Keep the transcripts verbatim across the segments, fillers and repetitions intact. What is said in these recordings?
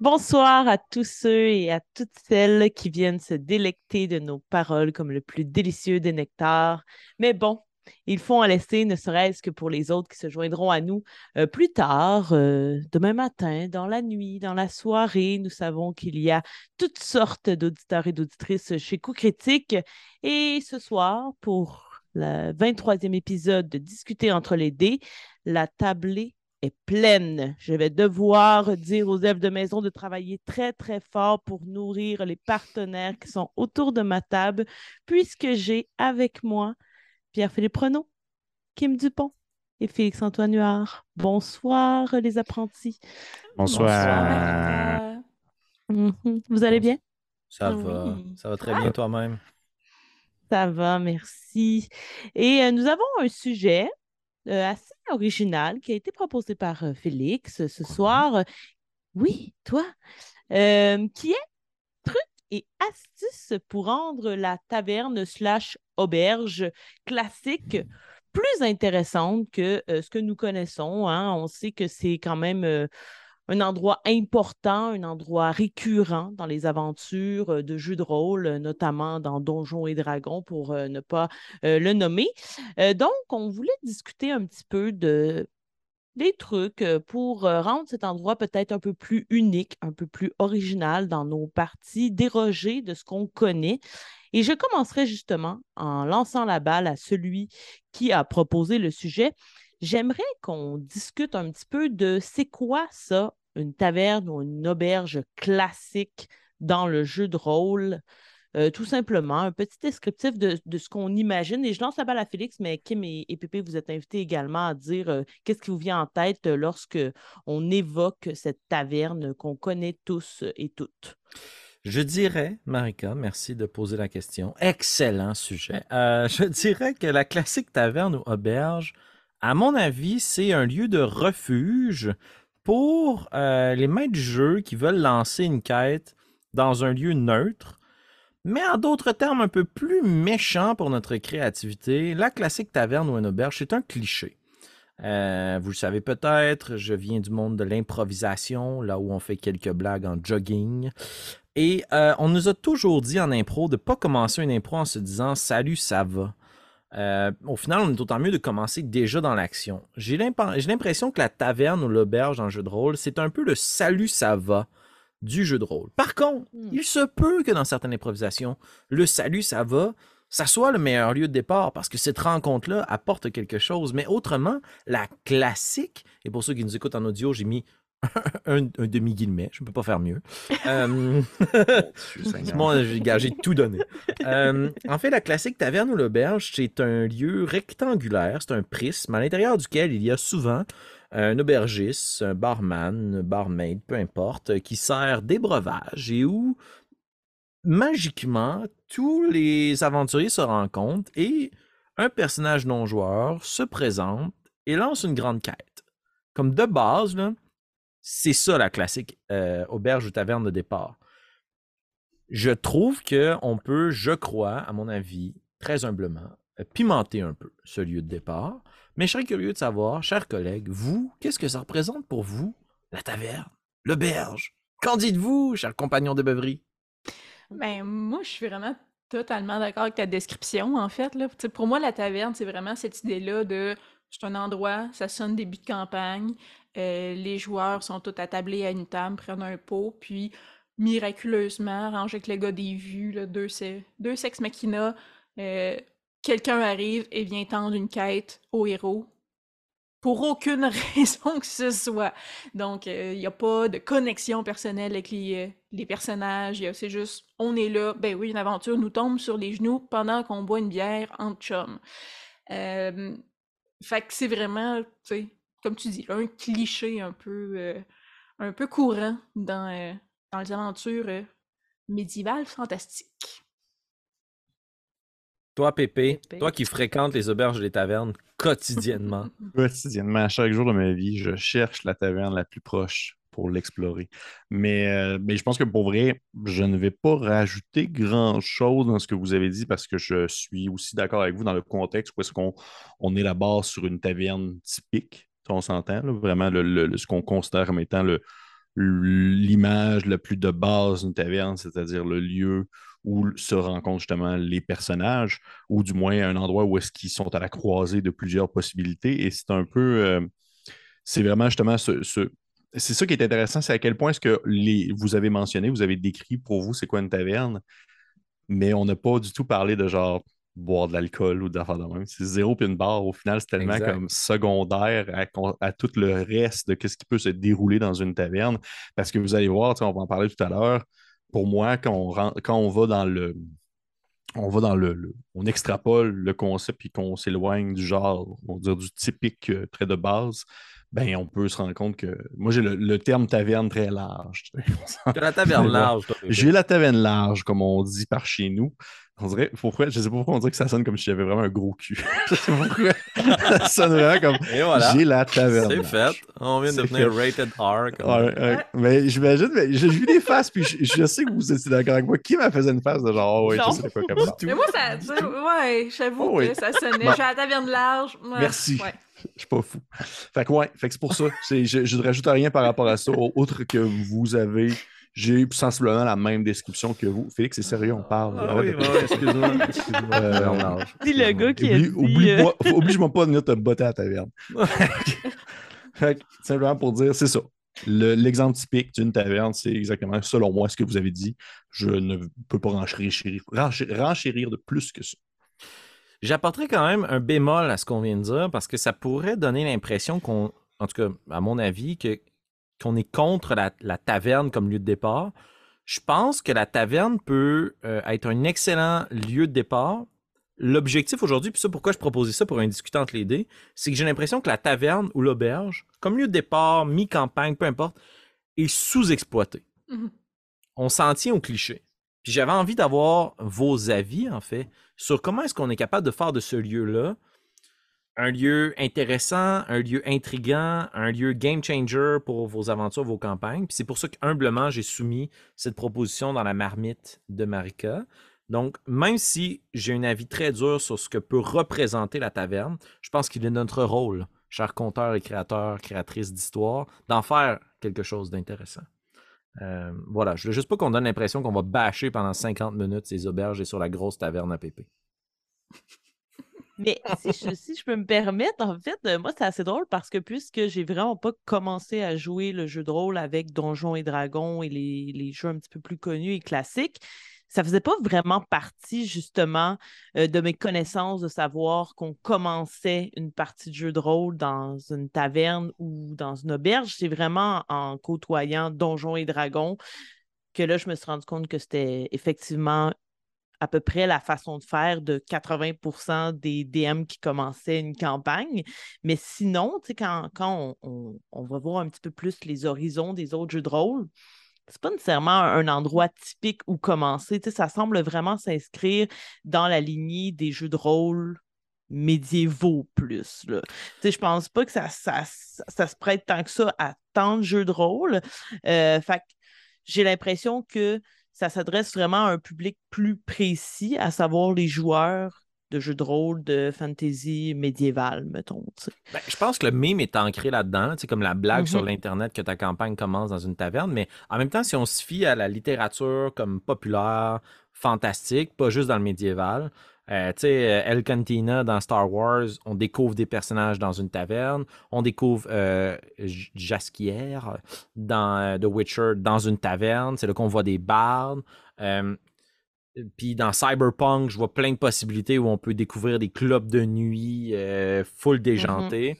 Bonsoir à tous ceux et à toutes celles qui viennent se délecter de nos paroles comme le plus délicieux des nectars. Mais bon, il faut en laisser, ne serait-ce que pour les autres qui se joindront à nous euh, plus tard, euh, demain matin, dans la nuit, dans la soirée. Nous savons qu'il y a toutes sortes d'auditeurs et d'auditrices chez Coup Critique. Et ce soir, pour le vingt-troisième épisode de Discuter entre les dés, la tablée est pleine. Je vais devoir dire aux élèves de maison de travailler très, très fort pour nourrir les partenaires qui sont autour de ma table, puisque j'ai avec moi Pierre-Philippe Renaud, Kim Dupont et Félix-Antoine Huard. Bonsoir, les apprentis. Bonsoir, Bonsoir. Bonsoir. Marika. Mhm. Vous allez Bon, bien? ça va. Oui. Ça va très Toi? bien toi-même. Ça va, merci. Et euh, nous avons un sujet euh, assez original qui a été proposé par euh, Félix euh, ce soir. Oui, toi, euh, qui est trucs et astuces pour rendre la taverne slash auberge classique plus intéressante que euh, ce que nous connaissons, hein. On sait que c'est quand même euh, un endroit important, un endroit récurrent dans les aventures euh, de jeux de rôle, euh, notamment dans Donjons et Dragons, pour euh, ne pas euh, le nommer. Euh, donc, on voulait discuter un petit peu de des trucs euh, pour euh, rendre cet endroit peut-être un peu plus unique, un peu plus original dans nos parties, déroger de ce qu'on connaît. Et je commencerai justement en lançant la balle à celui qui a proposé le sujet. J'aimerais qu'on discute un petit peu de c'est quoi ça, une taverne ou une auberge classique dans le jeu de rôle. Euh, tout simplement, un petit descriptif de, de ce qu'on imagine. Et je lance la balle à Félix, mais Kim et, et Pépé, vous êtes invités également à dire euh, qu'est-ce qui vous vient en tête euh, lorsque on évoque cette taverne qu'on connaît tous et toutes. Je dirais, Marika, merci de poser la question. Excellent sujet. Euh, je dirais que la classique taverne ou auberge, à mon avis, c'est un lieu de refuge pour euh, les maîtres du jeu qui veulent lancer une quête dans un lieu neutre. Mais en d'autres termes un peu plus méchants pour notre créativité, la classique taverne ou une auberge, c'est un cliché. Euh, vous le savez peut-être, je viens du monde de l'improvisation, là où on fait quelques blagues en jogging. Et euh, on nous a toujours dit en impro de ne pas commencer une impro en se disant «Salut, ça va». Euh, au final, on est autant mieux de commencer déjà dans l'action. J'ai l'impression que la taverne ou l'auberge dans le jeu de rôle, c'est un peu le «Salut, ça va» du jeu de rôle. Par contre, Hmm. il se peut que dans certaines improvisations, le «Salut, ça va» ça soit le meilleur lieu de départ parce que cette rencontre-là apporte quelque chose. Mais autrement, la classique, et pour ceux qui nous écoutent en audio, j'ai mis un, un demi-guillemet, je ne peux pas faire mieux. euh... Moi, j'ai j'ai tout donné. Euh, en fait, la classique taverne ou l'auberge, c'est un lieu rectangulaire, c'est un prisme à l'intérieur duquel il y a souvent un aubergiste, un barman, un barmaid, peu importe, qui sert des breuvages et où magiquement, tous les aventuriers se rencontrent et un personnage non-joueur se présente et lance une grande quête. Comme de base, là, c'est ça la classique euh, auberge ou taverne de départ. Je trouve qu'on peut, je crois, à mon avis, très humblement, euh, pimenter un peu ce lieu de départ. Mais je serais curieux de savoir, chers collègues, vous, qu'est-ce que ça représente pour vous, la taverne, l'auberge? Qu'en dites-vous, chers compagnons de beuverie? Ben, moi, je suis vraiment totalement d'accord avec ta description, en fait, là. Tu sais, pour moi, la taverne, c'est vraiment cette idée-là de c'est un endroit, ça sonne début de campagne, euh, les joueurs sont tous attablés à une table, prennent un pot, puis miraculeusement, arrangé avec le gars des vues, là, deux, se- deux sex machina, euh, quelqu'un arrive et vient tendre une quête au héros pour aucune raison que ce soit. Donc, il n'y a pas de connexion personnelle avec les, euh, les personnages. y a- C'est juste, on est là, ben oui, une aventure nous tombe sur les genoux pendant qu'on boit une bière entre chums. Euh, Fait que c'est vraiment, tu sais, comme tu dis, un cliché un peu, euh, un peu courant dans, euh, dans les aventures euh, médiévales fantastiques. Toi, Pépé, toi Pépé. qui fréquentes les auberges et les tavernes quotidiennement, Quotidiennement, à chaque jour de ma vie, je cherche la taverne la plus proche pour l'explorer. Mais, euh, mais je pense que pour vrai, je ne vais pas rajouter grand-chose dans ce que vous avez dit parce que je suis aussi d'accord avec vous dans le contexte où est-ce qu'on on est là-bas sur une taverne typique, si on s'entend, là, vraiment le, le- le- ce qu'on considère comme étant le, l'image la plus de base d'une taverne, c'est-à-dire le lieu où se rencontrent justement les personnages, ou du moins un endroit où est-ce qu'ils sont à la croisée de plusieurs possibilités. Et c'est un peu, euh, c'est vraiment justement ce, ce- c'est ça qui est intéressant, c'est à quel point est-ce que les, vous avez mentionné, vous avez décrit pour vous c'est quoi une taverne, mais on n'a pas du tout parlé de genre boire de l'alcool ou d'affaires de même. C'est zéro puis une barre. Au final, c'est tellement Exact. comme secondaire à, à tout le reste de ce qui peut se dérouler dans une taverne. Parce que vous allez voir, tu sais, on va en parler tout à l'heure. Pour moi, quand on, ren- quand on va dans le. On va dans le, le- on extrapole le concept puis qu'on s'éloigne du genre, on va dire du typique euh, trait de base, ben on peut se rendre compte que moi j'ai le, le terme taverne très large. Tu sais. Tu as la Vous taverne allez voir. large, toi, bébé. J'ai la taverne large, comme on dit par chez nous. On dirait, pourquoi, je sais pas pourquoi on dirait que ça sonne comme si j'avais vraiment un gros cul. Je sais pas pourquoi. Ça sonne vraiment comme Et voilà. j'ai la taverne C'est fait. large. On vient de C'est devenir fait. rated R. Comme Ouais, ouais. Mais j'imagine, mais j'ai vu des faces, puis je, je sais que vous étiez d'accord avec moi. Qui m'a fait une face de genre, oh, ouais, je Non. sais de quoi qu'elle parle. Mais moi, ça, tu sais, ouais, j'avoue Oh, oui. que ça sonnait. Bon. J'ai la taverne large. Ouais, Merci. ouais. Je suis pas fou. Fait que ouais, fait que c'est pour ça. C'est- je, je ne rajoute rien par rapport à ça, au- outre que vous avez. J'ai sensiblement la même description que vous. Félix, c'est sérieux, on parle. Ah Arrête oui, de- bah oui, excuse-moi. Excuse-moi. Euh, Taverne large. Dis le gars qui a Oublie, dit. oublie euh, pas- faut- oblige-moi pas de venir te botter à la taverne. Fait que, simplement pour dire, c'est ça. Le- L'exemple typique d'une taverne, c'est exactement, selon moi, ce que vous avez dit. Je ne peux pas renchérir, renchérir, renchérir de plus que ça. J'apporterais quand même un bémol à ce qu'on vient de dire parce que ça pourrait donner l'impression qu'on, en tout cas, à mon avis, que, qu'on est contre la, la taverne comme lieu de départ. Je pense que la taverne peut euh, être un excellent lieu de départ. L'objectif aujourd'hui, puis ça, pourquoi je proposais ça pour un discutant entre les dés, c'est que j'ai l'impression que la taverne ou l'auberge, comme lieu de départ, mi-campagne, peu importe, est sous-exploité. Mhm. On s'en tient au cliché. Puis j'avais envie d'avoir vos avis, en fait, sur comment est-ce qu'on est capable de faire de ce lieu-là un lieu intéressant, un lieu intriguant, un lieu game changer pour vos aventures, vos campagnes. Puis c'est pour ça qu'humblement, j'ai soumis cette proposition dans la marmite de Marika. Donc, même si j'ai un avis très dur sur ce que peut représenter la taverne, je pense qu'il est notre rôle, chers conteurs et créateurs, créatrices d'histoire, d'en faire quelque chose d'intéressant. Euh, voilà, je veux juste pas qu'on donne l'impression qu'on va bâcher pendant cinquante minutes ces auberges et sur la grosse taverne à pépé. Mais si je, si je peux me permettre, en fait, euh, moi, c'est assez drôle parce que puisque j'ai vraiment pas commencé à jouer le jeu de rôle avec Donjons et Dragons et les, les jeux un petit peu plus connus et classiques, ça faisait pas vraiment partie, justement, euh, de mes connaissances de savoir qu'on commençait une partie de jeu de rôle dans une taverne ou dans une auberge. C'est vraiment en côtoyant Donjons et Dragons que là, je me suis rendu compte que c'était effectivement à peu près la façon de faire de quatre-vingts pour cent des D M qui commençaient une campagne. Mais sinon, tu sais, quand, quand on, on, on va voir un petit peu plus les horizons des autres jeux de rôle, c'est pas nécessairement un endroit typique où commencer. Tu sais, ça semble vraiment s'inscrire dans la lignée des jeux de rôle médiévaux plus. Là. Tu sais, je pense pas que ça, ça, ça, ça se prête tant que ça à tant de jeux de rôle. Euh, fait que j'ai l'impression que ça s'adresse vraiment à un public plus précis, à savoir les joueurs de jeux de rôle de fantasy médiévale, mettons. Tu sais. Ben, je pense que le meme est ancré là-dedans, c'est comme la blague Mhm. sur l'Internet que ta campagne commence dans une taverne, mais en même temps, si on se fie à la littérature comme populaire, fantastique, pas juste dans le médiéval, euh, tu sais, euh, El Cantina dans Star Wars, on découvre des personnages dans une taverne, on découvre euh, J- Jaskier dans euh, The Witcher dans une taverne, c'est là qu'on voit des bardes. Euh, Puis dans Cyberpunk, je vois plein de possibilités où on peut découvrir des clubs de nuit euh, full déjantés.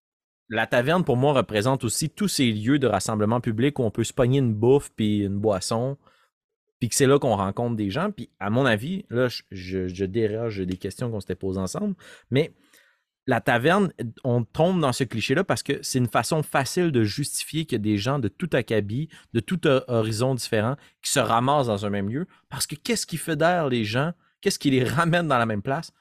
La taverne, pour moi, représente aussi tous ces lieux de rassemblement public où on peut se pogner une bouffe puis une boisson, puis que c'est là qu'on rencontre des gens. Puis à mon avis, là, je, je, je déroge des questions qu'on s'était posées ensemble, mais la taverne, on tombe dans ce cliché-là parce que c'est une façon facile de justifier qu'il y a des gens de tout acabit, de tout horizon différent, qui se ramassent dans un même lieu. Parce que qu'est-ce qui fédère les gens? Qu'est-ce qui les ramène dans la même place?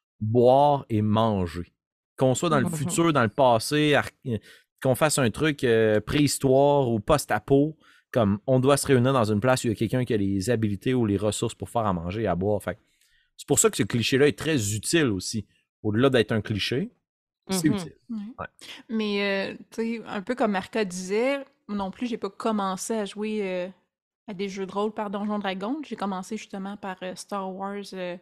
Boire et manger. Qu'on soit dans le Mhm. futur, dans le passé, ar- qu'on fasse un truc euh, préhistoire ou post-apo, comme on doit se réunir dans une place où il y a quelqu'un qui a les habilités ou les ressources pour faire à manger et à boire. Fait que c'est pour ça que ce cliché-là est très utile aussi. Au-delà d'être un cliché, C'est Mhm. utile. Ouais. Ouais. Mais, euh, tu sais, un peu comme Marca disait, moi non plus, j'ai pas commencé à jouer euh, à des jeux de rôle par Donjon Dragon. J'ai commencé justement par euh, Star Wars, euh,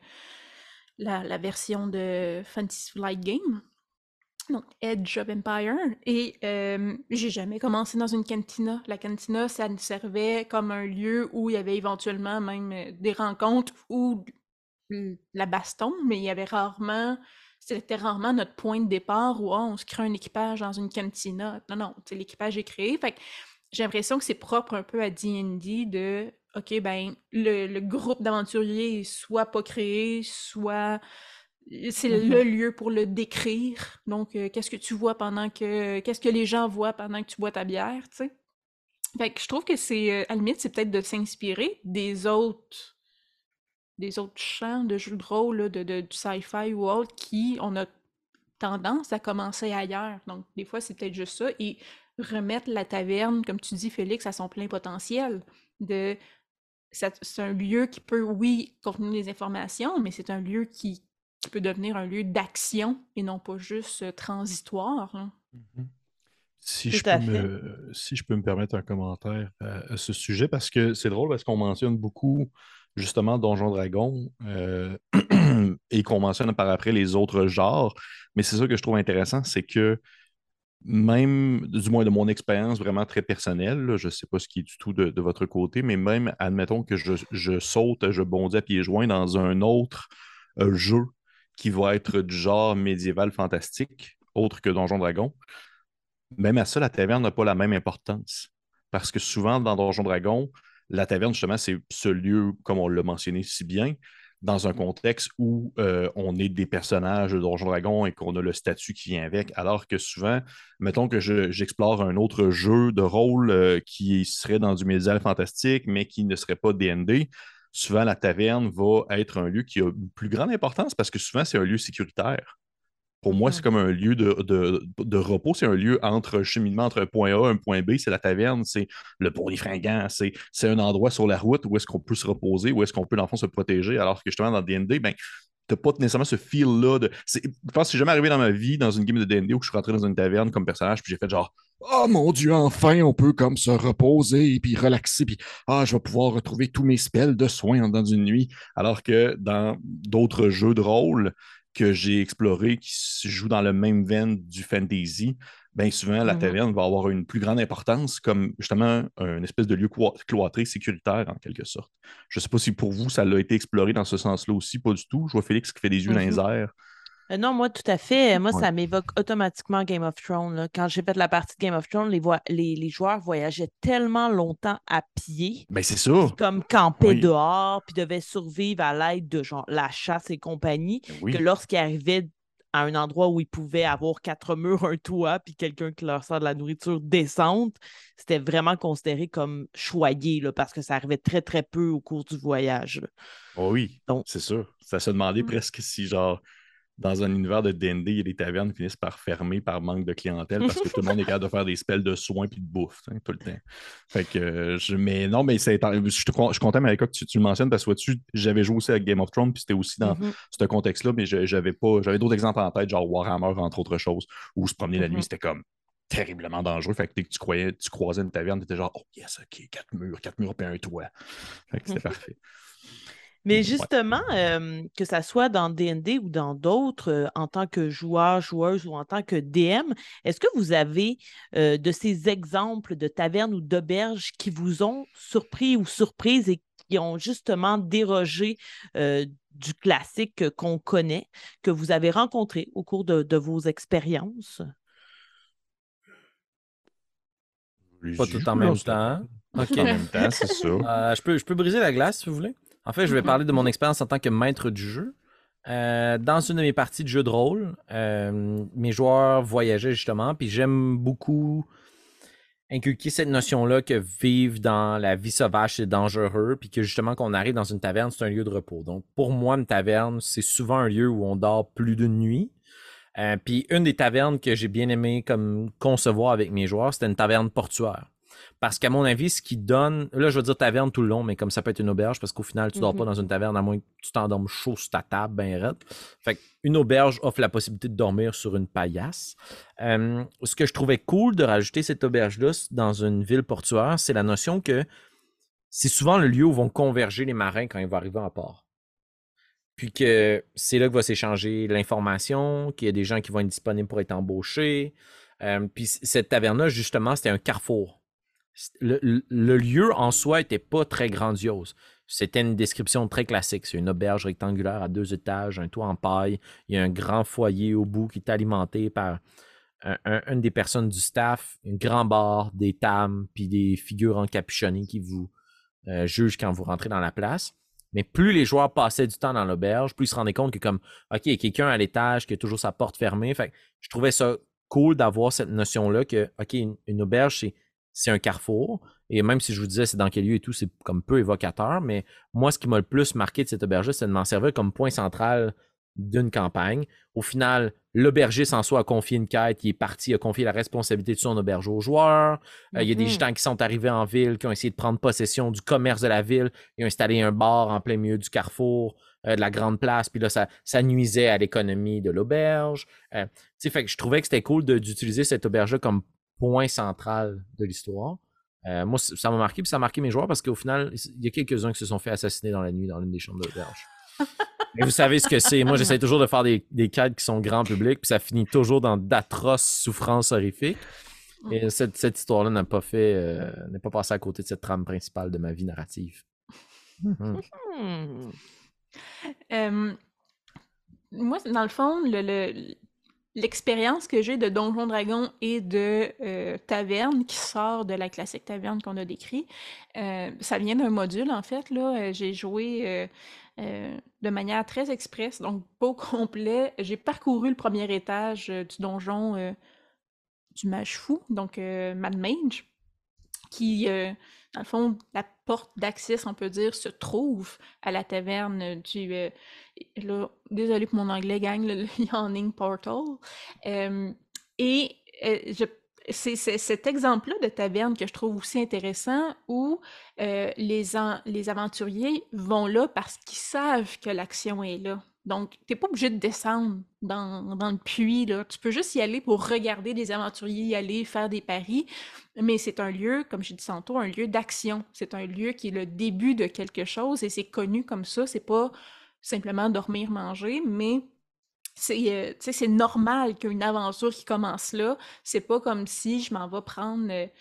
la, la version de Fantasy Flight Game, donc Edge of Empire. Et euh, j'ai jamais commencé dans une cantina. La cantina, ça nous servait comme un lieu où il y avait éventuellement même euh, des rencontres ou de la baston, mais il y avait rarement. C'était rarement notre point de départ où ah, on se crée un équipage dans une cantina. Non, non, tu sais, l'équipage est créé. Fait que j'ai l'impression que c'est propre un peu à D and D de OK, ben, le, le groupe d'aventuriers est soit pas créé, soit c'est le Mhm. lieu pour le décrire. Donc, euh, qu'est-ce que tu vois pendant que. Qu'est-ce que les gens voient pendant que tu bois ta bière, tu sais? Fait que je trouve que c'est. euh, à la limite, c'est peut-être de s'inspirer des autres. Des autres champs de jeux de rôle, là, de, de- du sci-fi ou autre, qui on a tendance à commencer ailleurs. Donc, des fois, c'est peut-être juste ça. Et remettre la taverne, comme tu dis, Félix, à son plein potentiel. De, ça- c'est un lieu qui peut, oui, contenir des informations, mais c'est un lieu qui, qui peut devenir un lieu d'action et non pas juste euh, transitoire, hein. Mhm. Si Tout je peux à fait. me, si je peux me permettre un commentaire à, à ce sujet, parce que c'est drôle parce qu'on mentionne beaucoup justement Donjon Dragon euh, et qu'on mentionne par après les autres genres, mais c'est ça que je trouve intéressant, c'est que même, du moins de mon expérience vraiment très personnelle, là, je ne sais pas ce qui est du tout de, de votre côté, mais même, admettons que je, je saute, je bondis à pieds joints dans un autre euh, jeu qui va être du genre médiéval fantastique, autre que Donjon Dragon, même à ça, la taverne n'a pas la même importance. Parce que souvent, dans Donjon Dragon, la taverne, justement, c'est ce lieu, comme on l'a mentionné si bien, dans un contexte où euh, on est des personnages de Donjon Dragon et qu'on a le statut qui vient avec, alors que souvent, mettons que je- j'explore un autre jeu de rôle euh, qui serait dans du médiéval fantastique, mais qui ne serait pas D and D, souvent la taverne va être un lieu qui a une plus grande importance parce que souvent, c'est un lieu sécuritaire. Pour moi, c'est Mhm. comme un lieu de, de, de repos. C'est un lieu entre cheminement entre un point A et un point B. C'est la taverne, c'est le pont des fringants. C'est, c'est un endroit sur la route où est-ce qu'on peut se reposer, où est-ce qu'on peut, dans le fond, se protéger. Alors que justement, dans D and D, ben, t'as pas nécessairement ce feel-là. De... c'est- Je pense que c'est jamais arrivé dans ma vie, dans une game de D and D, où je suis rentré dans une taverne comme personnage, puis j'ai fait genre, oh mon Dieu, enfin, on peut comme se reposer et puis relaxer, puis ah, je vais pouvoir retrouver tous mes spells de soins dans une nuit. Alors que dans d'autres jeux de rôle que j'ai explorés qui se jouent dans le même veine du fantasy, bien souvent, la Mhm. taverne va avoir une plus grande importance comme justement un espèce de lieu cloîtré sécuritaire en quelque sorte. Je ne sais pas si pour vous, ça a été exploré dans ce sens-là aussi, pas du tout. Je vois Félix qui fait des yeux dans les Mhm. airs. Euh, non, moi, tout à fait. Moi, Ouais. ça m'évoque automatiquement Game of Thrones, là. Quand j'ai fait la partie de Game of Thrones, les, voi- les, les joueurs voyageaient tellement longtemps à pied, Ben c'est ça. puis comme campaient Oui. dehors, puis devaient survivre à l'aide de genre la chasse et compagnie, Ben que oui. lorsqu'ils arrivaient à un endroit où ils pouvaient avoir quatre murs, un toit, puis quelqu'un qui leur sort de la nourriture décente, c'était vraiment considéré comme choyé, là, parce que ça arrivait très, très peu au cours du voyage, là. Oh oui, Donc, c'est sûr. Ça se demandait Mm. presque si, genre, dans un univers de D and D, les tavernes finissent par fermer par manque de clientèle parce que tout le monde est capable de faire des spells de soins puis de bouffe, hein, tout le temps. Fait que, euh, je, mais non, mais c'est, je, te, je suis content, Marika, que tu, tu le mentionnes parce que vois-tu, j'avais joué aussi avec Game of Thrones puis c'était aussi dans mhm, ce contexte-là, mais je- j'avais pas, j'avais d'autres exemples en tête, genre Warhammer, entre autres choses, où se promener la nuit, mhm. c'était comme terriblement dangereux. Fait que dès que tu croyais, tu croisais une taverne, tu étais genre, oh yes, ok, quatre murs, quatre murs puis un toit. Fait que c'était parfait. Mais Mais ouais. justement, euh, que ça soit dans D and D ou dans d'autres, euh, en tant que joueur, joueuse ou en tant que D M, est-ce que vous avez euh, de ces exemples de tavernes ou d'auberges qui vous ont surpris ou surprise et qui ont justement dérogé euh, du classique qu'on connaît, que vous avez rencontré au cours de, de vos expériences? Pas Les tout en là, même c'est temps. pas OK. tout en même temps, c'est ça. Euh, je peux, je peux briser la glace, si vous voulez. En fait, je vais parler de mon expérience en tant que maître du jeu. Euh, dans une de mes parties de jeu de rôle, euh, mes joueurs voyageaient justement, puis j'aime beaucoup inculquer cette notion-là que vivre dans la vie sauvage, c'est dangereux, puis que justement, qu'on arrive dans une taverne, c'est un lieu de repos. Donc, pour moi, une taverne, c'est souvent un lieu où on dort plus d'une nuit. Euh, puis une des tavernes que j'ai bien aimé comme concevoir avec mes joueurs, c'était une taverne portuaire. Parce qu'à mon avis, ce qui donne... Là, je veux dire taverne tout le long, mais comme ça peut être une auberge, parce qu'au final, tu ne dors pas Mhm. dans une taverne à moins que tu t'endormes chaud sur ta table, ben raide. Fait qu'une auberge offre la possibilité de dormir sur une paillasse. Euh, ce que je trouvais cool de rajouter cette auberge-là dans une ville portuaire, c'est la notion que c'est souvent le lieu où vont converger les marins quand ils vont arriver en port. Puis que c'est là que va s'échanger l'information, qu'il y a des gens qui vont être disponibles pour être embauchés. Euh, puis cette taverne-là, justement, c'était un carrefour. Le, le- le lieu en soi n'était pas très grandiose. C'était une description très classique. C'est une auberge rectangulaire à deux étages, un toit en paille. Il y a un grand foyer au bout qui est alimenté par un- un- une des personnes du staff, un grand bar, des tables, puis des figures encapuchonnées qui vous euh, jugent quand vous rentrez dans la place. Mais plus les joueurs passaient du temps dans l'auberge, plus ils se rendaient compte que comme, OK, il y a quelqu'un à l'étage qui a toujours sa porte fermée. Fait que je trouvais ça cool d'avoir cette notion-là que, OK, une, une auberge, c'est, c'est un carrefour. Et même si je vous disais c'est dans quel lieu et tout, c'est comme peu évocateur. Mais moi, ce qui m'a le plus marqué de cette auberge-là, c'est de m'en servir comme point central d'une campagne. Au final, l'aubergiste en soi a confié une quête, il est parti, a confié la responsabilité de son auberge aux joueurs. Euh, il y a des Mhm. gitans qui sont arrivés en ville, qui ont essayé de prendre possession du commerce de la ville. Ils ont installé un bar en plein milieu du carrefour, euh, de la grande place. Puis là, ça, ça nuisait à l'économie de l'auberge. Euh, tu sais, fait que je trouvais que c'était cool de- d'utiliser cette auberge-là comme point central de l'histoire. Euh, moi, c- ça m'a marqué, puis ça a marqué mes joueurs parce qu'au final, il y a quelques-uns qui se sont fait assassiner dans la nuit dans l'une des chambres de l'auberge. Mais vous savez ce que c'est. Moi, j'essaie toujours de faire des, des quêtes qui sont grand public, puis ça finit toujours dans d'atroces souffrances horrifiques. Et cette, cette histoire-là n'a pas fait, euh, n'est pas passée à côté de cette trame principale de ma vie narrative. Mhm. Hmm. Euh, moi, dans le fond, le, le- l'expérience que j'ai de Donjon Dragon et de euh, taverne qui sort de la classique taverne qu'on a décrit, euh, ça vient d'un module en fait. Là, Euh, j'ai joué euh, euh, de manière très express, donc pas au complet. J'ai parcouru le premier étage euh, du donjon euh, du Mage Fou, donc euh, Mad Mage, qui, euh, dans le fond, la porte d'accès, on peut dire, se trouve à la taverne du... euh, là, désolé pour mon anglais, gang, le Yawning Portal. Euh, et euh, je- c'est c'est cet exemple-là de taverne que je trouve aussi intéressant où euh, les, an- les aventuriers vont là parce qu'ils savent que l'action est là. Donc, t'es pas obligé de descendre dans, dans le puits, là. Tu peux juste y aller pour regarder les aventuriers y aller, faire des paris. Mais c'est un lieu, comme j'ai dit tantôt, un lieu d'action. C'est un lieu qui est le début de quelque chose et c'est connu comme ça. C'est pas simplement dormir, manger, mais c'est euh, tu sais, c'est normal qu'une aventure qui commence là. C'est pas comme si je m'en vais prendre euh,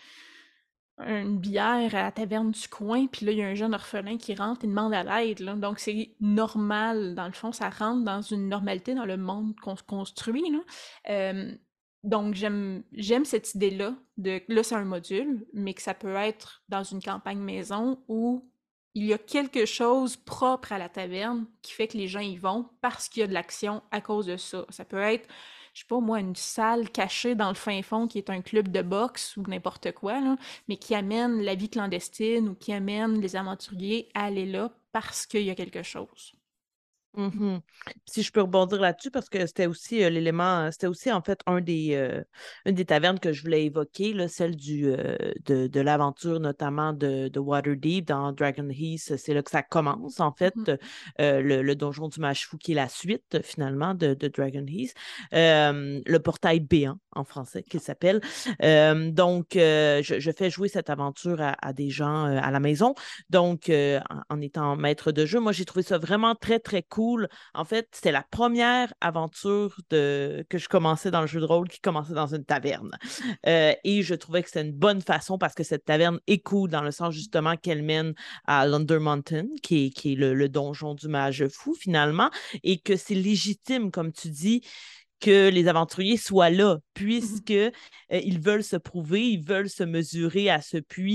une bière à la taverne du coin, puis là, il y a un jeune orphelin qui rentre et demande à l'aide, là. Donc, c'est normal, dans le fond, ça rentre dans une normalité dans le monde qu'on se construit, là. Euh, donc, j'aime j'aime cette idée-là, de là, c'est un module, mais que ça peut être dans une campagne maison où il y a quelque chose propre à la taverne qui fait que les gens y vont parce qu'il y a de l'action à cause de ça. Ça peut être, je sais pas moi, une salle cachée dans le fin fond qui est un club de boxe ou n'importe quoi, là, mais qui amène la vie clandestine ou qui amène les aventuriers à aller là parce qu'il y a quelque chose. Mhm. Si je peux rebondir là-dessus, parce que c'était aussi euh, l'élément, euh, c'était aussi en fait un des, euh, une des tavernes que je voulais évoquer, là, celle du, euh, de, de l'aventure notamment de, de Waterdeep dans Dragon Heath. C'est là que ça commence, en fait, Mhm. euh, le, le donjon du Mage Fou qui est la suite finalement de, de Dragon Heath. Euh, le portail béant en français qu'il s'appelle. Euh, donc, euh, je, je fais jouer cette aventure à, à des gens euh, à la maison. Donc, euh, en, en étant maître de jeu, moi, j'ai trouvé ça vraiment très, très cool. En fait, c'était la première aventure de... que je commençais dans le jeu de rôle qui commençait dans une taverne. Euh, et je trouvais que c'était une bonne façon parce que cette taverne est cool dans le sens justement qu'elle mène à Lunder Mountain, qui est, qui est le, le donjon du mage fou finalement, et que c'est légitime, comme tu dis, que les aventuriers soient là, Mhm. puisque euh, ils veulent se prouver, ils veulent se mesurer à ce puits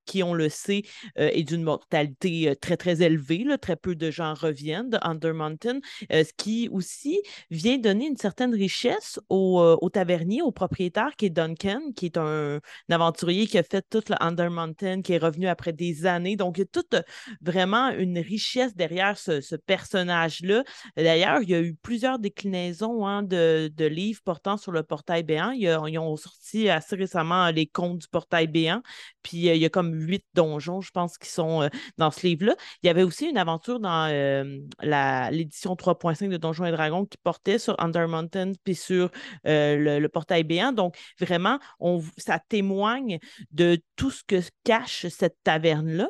qui, on le sait, euh, est d'une mortalité euh, très, très élevée. Là. Très peu de gens reviennent de Under Mountain, euh, ce qui aussi vient donner une certaine richesse au, euh, au tavernier, au propriétaire, qui est Duncan, qui est un, un aventurier qui a fait tout le Under Mountain, qui est revenu après des années. Donc, il y a toute euh, vraiment une richesse derrière ce, ce personnage-là. D'ailleurs, il y a eu plusieurs déclinaisons hein, de, de livres portant sur le portail béant. Il y a, ils ont sorti assez récemment les contes du portail béant. Puis, euh, il y a comme huit donjons, je pense, qui sont euh, dans ce livre-là. Il y avait aussi une aventure dans euh, la, l'édition trois point cinq de Donjons et Dragons qui portait sur Under Mountain puis sur euh, le, le portail béant. Donc, vraiment, on, ça témoigne de tout ce que cache cette taverne-là.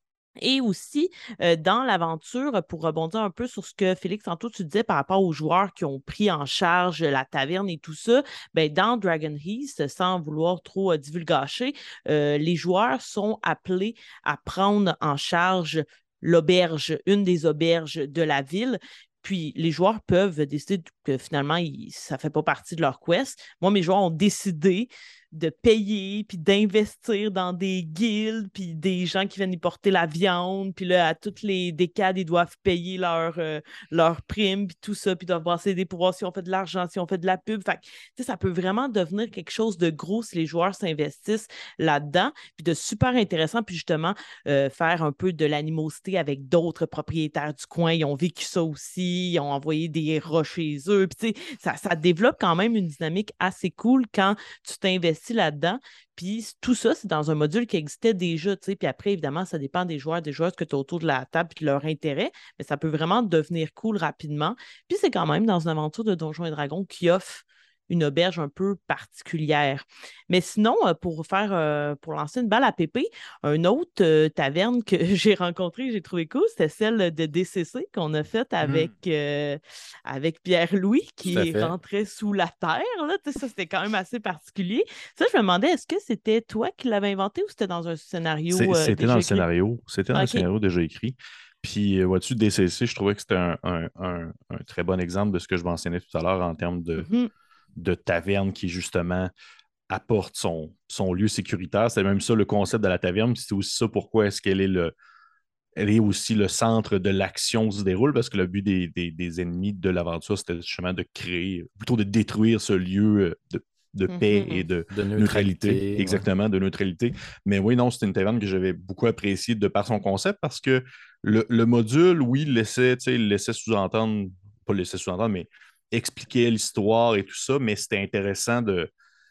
Et aussi, euh, dans l'aventure, pour rebondir un peu sur ce que Félix, tantôt, tu disais par rapport aux joueurs qui ont pris en charge la taverne et tout ça, ben, dans Dragon Heist, sans vouloir trop euh, divulgacher, euh, les joueurs sont appelés à prendre en charge l'auberge, une des auberges de la ville. Puis les joueurs peuvent décider que finalement, ils, ça ne fait pas partie de leur quest. Moi, mes joueurs ont décidé de payer, puis d'investir dans des guildes, puis des gens qui viennent y porter la viande, puis là, à toutes les décades, ils doivent payer leur, euh, leur prime, puis tout ça, puis ils doivent brasser des pouvoirs si on fait de l'argent, si on fait de la pub. Fait que, ça peut vraiment devenir quelque chose de gros si les joueurs s'investissent là-dedans, puis de super intéressant, puis justement, euh, faire un peu de l'animosité avec d'autres propriétaires du coin. Ils ont vécu ça aussi, ils ont envoyé des rats chez eux, puis tu sais, ça, ça développe quand même une dynamique assez cool quand tu t'investis là-dedans. Puis tout ça, c'est dans un module qui existait déjà, tu sais. Puis après, évidemment, ça dépend des joueurs, des joueuses que tu as autour de la table et de leur intérêt, mais ça peut vraiment devenir cool rapidement. Puis c'est quand même dans une aventure de Donjons et Dragons qui offre une auberge un peu particulière. Mais sinon, euh, pour faire, euh, pour lancer une balle à pépé, une autre euh, taverne que j'ai rencontrée, j'ai trouvé cool, c'était celle de D C C qu'on a faite avec, Mm. euh, avec Pierre-Louis Tout à qui fait. rentrait sous la terre. Là. Ça, c'était quand même assez particulier. Ça, je me demandais, est-ce que c'était toi qui l'avais inventé ou c'était dans un C'est- scénario euh, C'était dans déjà le écrit? scénario. C'était dans le OK. scénario déjà écrit. Puis, euh, vois-tu, D C C, je trouvais que c'était un, un- un- un très bon exemple de ce que je mentionnais tout à l'heure en termes de, Mhm. de taverne qui, justement, apporte son, son lieu sécuritaire. C'est même ça le concept de la taverne. Puis c'est aussi ça pourquoi est-ce qu'elle est le, elle est aussi le centre de l'action qui se déroule, parce que le but des, des- des ennemis de l'aventure, c'était justement de créer, plutôt de détruire ce lieu euh, de, de paix et Mhm. de De neutralité. neutralité, ouais. Exactement, de neutralité. Mais oui, non, c'était une taverne que j'avais beaucoup appréciée de par son concept, parce que le, le module, oui, il laissait, tu sais, il laissait sous-entendre, pas laissait sous-entendre, mais expliquait l'histoire et tout ça, mais c'était intéressant de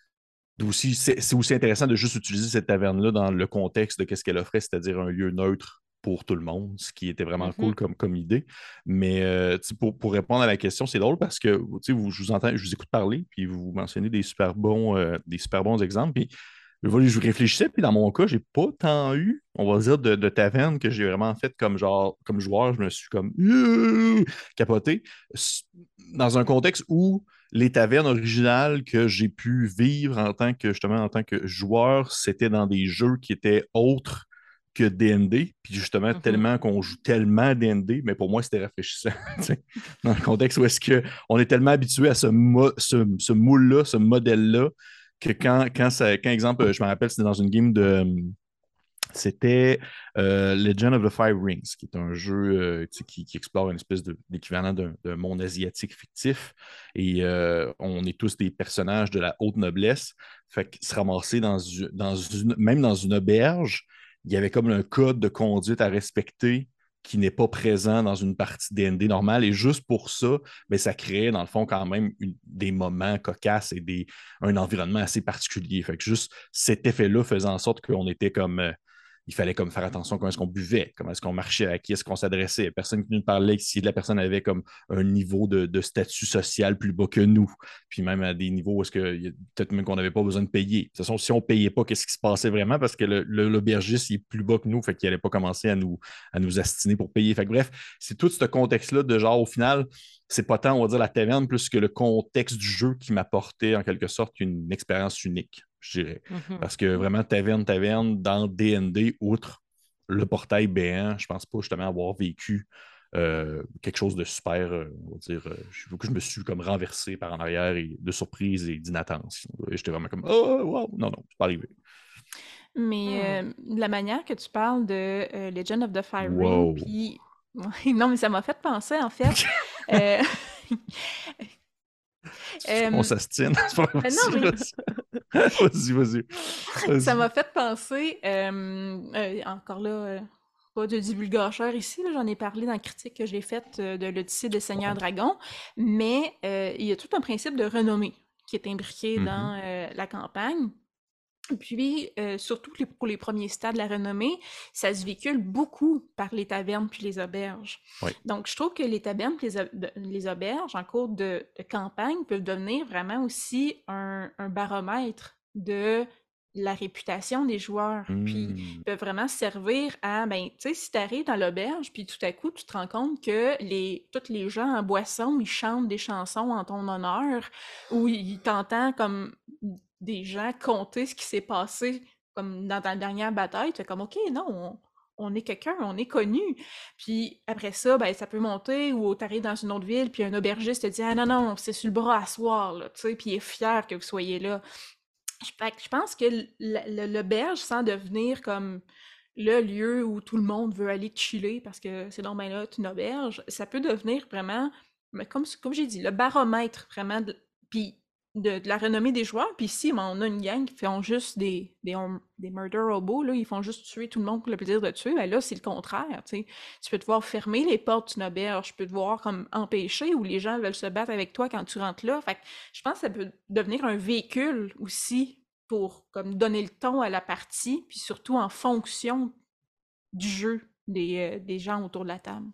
aussi, c'est c'est aussi intéressant de juste utiliser cette taverne-là dans le contexte de ce qu'elle offrait, c'est-à-dire un lieu neutre pour tout le monde, ce qui était vraiment Mhm. cool comme, comme idée. Mais euh, tu sais, pour, pour répondre à la question, c'est drôle parce que tu sais, vous, je vous entends, je vous écoute parler, puis vous mentionnez des super bons, euh, des super bons exemples. Puis je je réfléchissais, puis dans mon cas, j'ai pas tant eu, on va dire, de, de taverne que j'ai vraiment fait comme genre, comme joueur, je me suis comme euh, capoté. S- Dans un contexte où les tavernes originales que j'ai pu vivre en tant que justement en tant que joueur, c'était dans des jeux qui étaient autres que D and D. Puis justement, Mhm. tellement qu'on joue tellement à D and D, mais pour moi, c'était rafraîchissant. Tu sais. Dans le contexte où est-ce qu'on est tellement habitué à ce, mo- ce, ce moule-là, ce modèle-là, que quand, quand, ça, quand, exemple, je me rappelle, c'était dans une game de. C'était euh, Legend of the Five Rings, qui est un jeu euh, tu sais, qui, qui explore une espèce de- d'équivalent d'un d'un monde asiatique fictif. Et euh, on est tous des personnages de la haute noblesse. Fait que se ramasser dans, une- dans une, même dans une auberge, il y avait comme un code de conduite à respecter qui n'est pas présent dans une partie D and D normale. Et juste pour ça, ben, ça créait, dans le fond, quand même une- des moments cocasses et des, un environnement assez particulier. Fait que juste cet effet-là faisait en sorte qu'on était comme. euh, il fallait comme faire attention à comment est-ce qu'on buvait, comment est-ce qu'on marchait, à qui est-ce qu'on s'adressait. Personne qui nous parlait si la personne avait comme un niveau de, de statut social plus bas que nous. Puis même à des niveaux où est-ce que peut-être même qu'on n'avait pas besoin de payer. De toute façon, si on ne payait pas, qu'est-ce qui se passait vraiment? Parce que le, le, l'aubergiste il est plus bas que nous, fait qu'il n'allait pas commencer à nous, à nous astiner pour payer. Fait que bref, c'est tout ce contexte-là de genre, au final, c'est pas tant, on va dire, la taverne, plus que le contexte du jeu qui m'apportait en quelque sorte une expérience unique, je dirais. Mhm. Parce que vraiment, taverne, taverne, dans D and D, outre le portail béant, je pense pas justement avoir vécu euh, quelque chose de super, euh, on va dire, euh, je, je me suis comme renversé par en arrière et de surprise et d'inattention. Et j'étais vraiment comme, oh, wow, non, non, c'est pas arrivé. Mais Hmm. euh, la manière que tu parles de euh, Legend of the Fire Ring, Wow. puis ouais, non, mais ça m'a fait penser en fait. euh, On euh, s'astine. C'est pas ben non, vas-y, mais vas-y, vas-y. ça Vas-y. m'a fait penser, euh, euh, encore là, euh, pas de divulgateur ici, là, j'en ai parlé dans la critique que j'ai faite euh, de l'Odyssée des Seigneurs Dragons, mais euh, il y a tout un principe de renommée qui est imbriqué Mhm. dans euh, la campagne. Puis, euh, surtout que les- pour les premiers stades de la renommée, ça se véhicule beaucoup par les tavernes puis les auberges. Oui. Donc, je trouve que les tavernes puis les, au- de- les auberges, en cours de, de campagne, peuvent devenir vraiment aussi un, un baromètre de la réputation des joueurs. Puis, Hmm. peuvent vraiment servir à, ben, tu sais, si tu arrives dans l'auberge, puis tout à coup, tu te rends compte que les, tous les gens en boisson, ils chantent des chansons en ton honneur, ou ils t'entendent comme des gens compter ce qui s'est passé comme dans ta dernière bataille, tu fais comme OK, non, on, on est quelqu'un, on est connu. Puis après ça, ben, ça peut monter ou t'arrives dans une autre ville, puis un aubergiste te dit Ah non, non, c'est sur le bras à soir, là, tu sais, puis il est fier que vous soyez là. Je, fait que je pense que l- l- l'auberge, sans devenir comme le lieu où tout le monde veut aller chiller parce que c'est donc ben là, une auberge, ça peut devenir vraiment, mais comme, comme j'ai dit, le baromètre vraiment de, puis de, de la renommée des joueurs. Puis si ben, on a une gang qui font juste des, des, hum- des murder robots, là, ils font juste tuer tout le monde pour le plaisir de tuer, ben là, c'est le contraire. Tu sais. Tu peux devoir fermer les portes d'une auberge, tu peux devoir comme empêcher où les gens veulent se battre avec toi quand tu rentres là. Fait que je pense que ça peut devenir un véhicule aussi pour comme donner le ton à la partie, puis surtout en fonction du jeu des, euh, des gens autour de la table.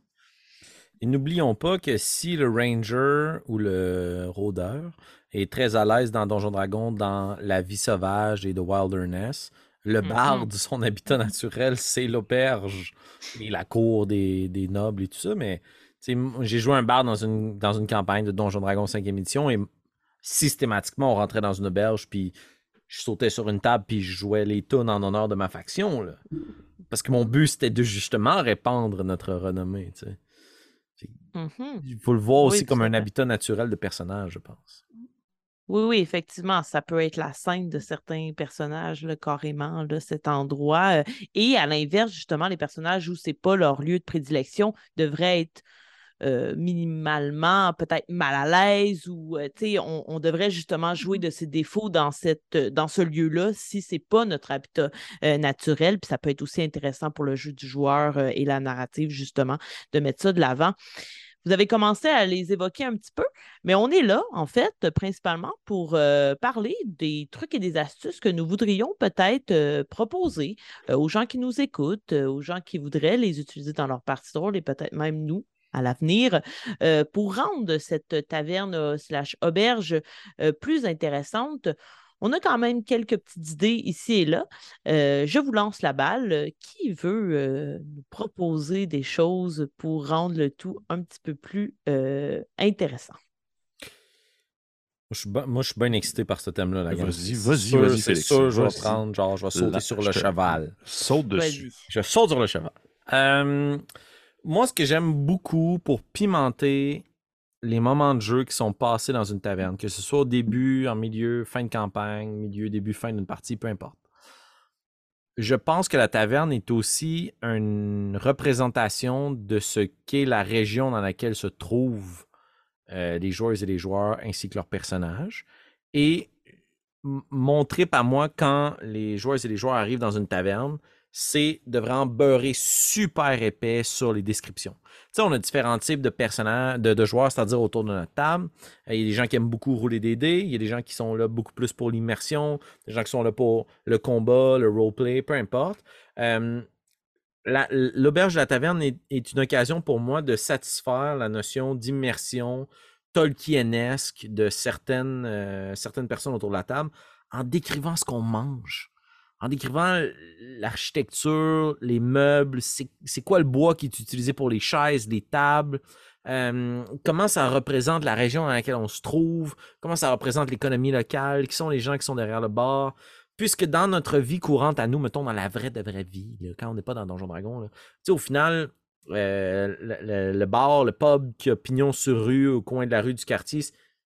Et n'oublions pas que si le ranger ou le rôdeur est très à l'aise dans Donjon Dragon, dans la vie sauvage et de wilderness, le Mhm. barde, son habitat naturel, c'est l'auberge et la cour des, des nobles et tout ça. Mais tu sais, m- j'ai joué un barde dans une, dans une campagne de Donjon Dragon cinquième édition et systématiquement, on rentrait dans une auberge, puis je sautais sur une table, puis je jouais les tunes en honneur de ma faction. Là. Parce que mon but, c'était de justement répandre notre renommée. Tu sais. Mhm. Il faut le voir Oui, aussi tout comme à un fait. habitat naturel de personnage, je pense. Oui, oui, effectivement, ça peut être la scène de certains personnages, là, carrément, là, cet endroit. euh, Et à l'inverse, justement, les personnages où c'est pas leur lieu de prédilection devraient être euh, minimalement peut-être mal à l'aise ou, euh, tu sais, on, on devrait justement jouer Mhm. de ses défauts dans cette, euh, dans ce lieu-là si c'est pas notre habitat euh, naturel. Puis ça peut être aussi intéressant pour le jeu du joueur euh, et la narrative, justement, de mettre ça de l'avant. Vous avez commencé à les évoquer un petit peu, mais on est là, en fait, principalement pour euh, parler des trucs et des astuces que nous voudrions peut-être euh, proposer euh, aux gens qui nous écoutent, euh, aux gens qui voudraient les utiliser dans leur partie drôle et peut-être même nous à l'avenir euh, pour rendre cette taverne euh, slash auberge euh, plus intéressante. On a quand même quelques petites idées ici et là. Euh, je vous lance la balle. Qui veut euh, nous proposer des choses pour rendre le tout un petit peu plus euh, intéressant? Moi, je suis ben, moi, je suis bien excité par ce thème-là, la gang. Vas-y, C'est vas-y, sûr, vas-y, c'est Félix. sûr, je vais Vas-y. prendre, genre, je vais sauter Là, sur je le te cheval. saute dessus. Vas-y. Je saute sur le cheval. Euh, moi, ce que j'aime beaucoup pour pimenter les moments de jeu qui sont passés dans une taverne, que ce soit au début, en milieu, fin de campagne, milieu, début, fin d'une partie, peu importe. Je pense que la taverne est aussi une représentation de ce qu'est la région dans laquelle se trouvent euh, les joueuses et les joueurs ainsi que leurs personnages. Et m- mon trip à moi, quand les joueuses et les joueurs arrivent dans une taverne, c'est de vraiment beurrer super épais sur les descriptions. Tu sais, on a différents types de personnages, de, de joueurs, c'est-à-dire autour de notre table. Euh, Il y a des gens qui aiment beaucoup rouler des dés, il y a des gens qui sont là beaucoup plus pour l'immersion, des gens qui sont là pour le combat, le roleplay, peu importe. Euh, la- L'auberge de la taverne est, est une occasion pour moi de satisfaire la notion d'immersion tolkienesque de certaines, euh, certaines personnes autour de la table en décrivant ce qu'on mange, en décrivant l'architecture, les meubles, c'est c'est quoi le bois qui est utilisé pour les chaises, les tables, euh, comment ça représente la région dans laquelle on se trouve, comment ça représente l'économie locale, qui sont les gens qui sont derrière le bar. Puisque dans notre vie courante à nous, mettons dans la vraie de vraie vie, là, quand on n'est pas dans Donjon Dragon, là, tu sais, au final, euh, le, le- le bar, le pub qui a pignon sur rue au coin de la rue du quartier,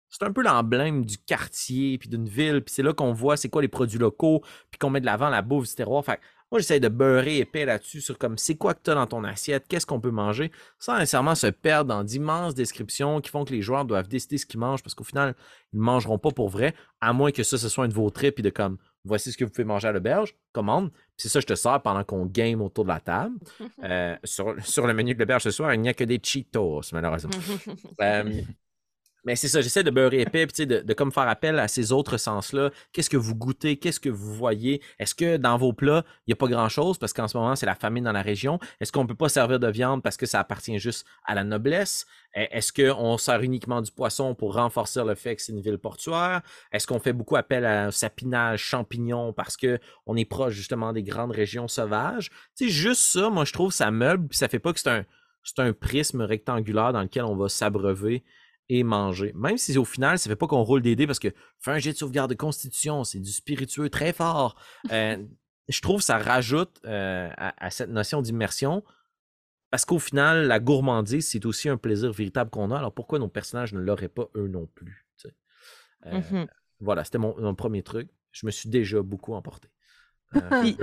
c'est un peu l'emblème du quartier, puis d'une ville, puis c'est là qu'on voit c'est quoi les produits locaux, puis qu'on met de l'avant la bouffe du terroir. Fait que moi, j'essaie de beurrer épais là-dessus sur comme c'est quoi que tu as dans ton assiette, qu'est-ce qu'on peut manger, sans nécessairement se perdre dans d'immenses descriptions qui font que les joueurs doivent décider ce qu'ils mangent, parce qu'au final, ils ne mangeront pas pour vrai, à moins que ça, ce soit un de vos trips, puis de comme, voici ce que vous pouvez manger à l'auberge, commande, puis c'est ça, je te sers pendant qu'on game autour de la table. Euh, sur, sur le menu de l'auberge ce soir, il n'y a que des Cheetos, malheureusement. euh, Mais c'est ça, j'essaie de beurrer épais, puis tu sais, de, de comme faire appel à ces autres sens-là. Qu'est-ce que vous goûtez? Qu'est-ce que vous voyez? Est-ce que dans vos plats, il n'y a pas grand-chose parce qu'en ce moment, c'est la famine dans la région? Est-ce qu'on ne peut pas servir de viande parce que ça appartient juste à la noblesse? Eh, Est-ce qu'on sert uniquement du poisson pour renforcer le fait que c'est une ville portuaire? Est-ce qu'on fait beaucoup appel à sapinage, champignons parce qu'on est proche justement des grandes régions sauvages? Tu sais, juste ça, moi, je trouve ça meuble, puis ça fait pas que c'est un, c'est un prisme rectangulaire dans lequel on va s'abreuver et manger. Même si au final, ça ne fait pas qu'on roule des dés parce que faire un jet de sauvegarde de constitution, c'est du spiritueux très fort. Euh, je trouve que ça rajoute euh, à, à cette notion d'immersion parce qu'au final, la gourmandise, c'est aussi un plaisir véritable qu'on a. Alors pourquoi nos personnages ne l'auraient pas eux non plus? Tu sais? Euh, Mhm. Voilà, c'était mon, mon premier truc. Je me suis déjà beaucoup emporté. Euh, Puis, je,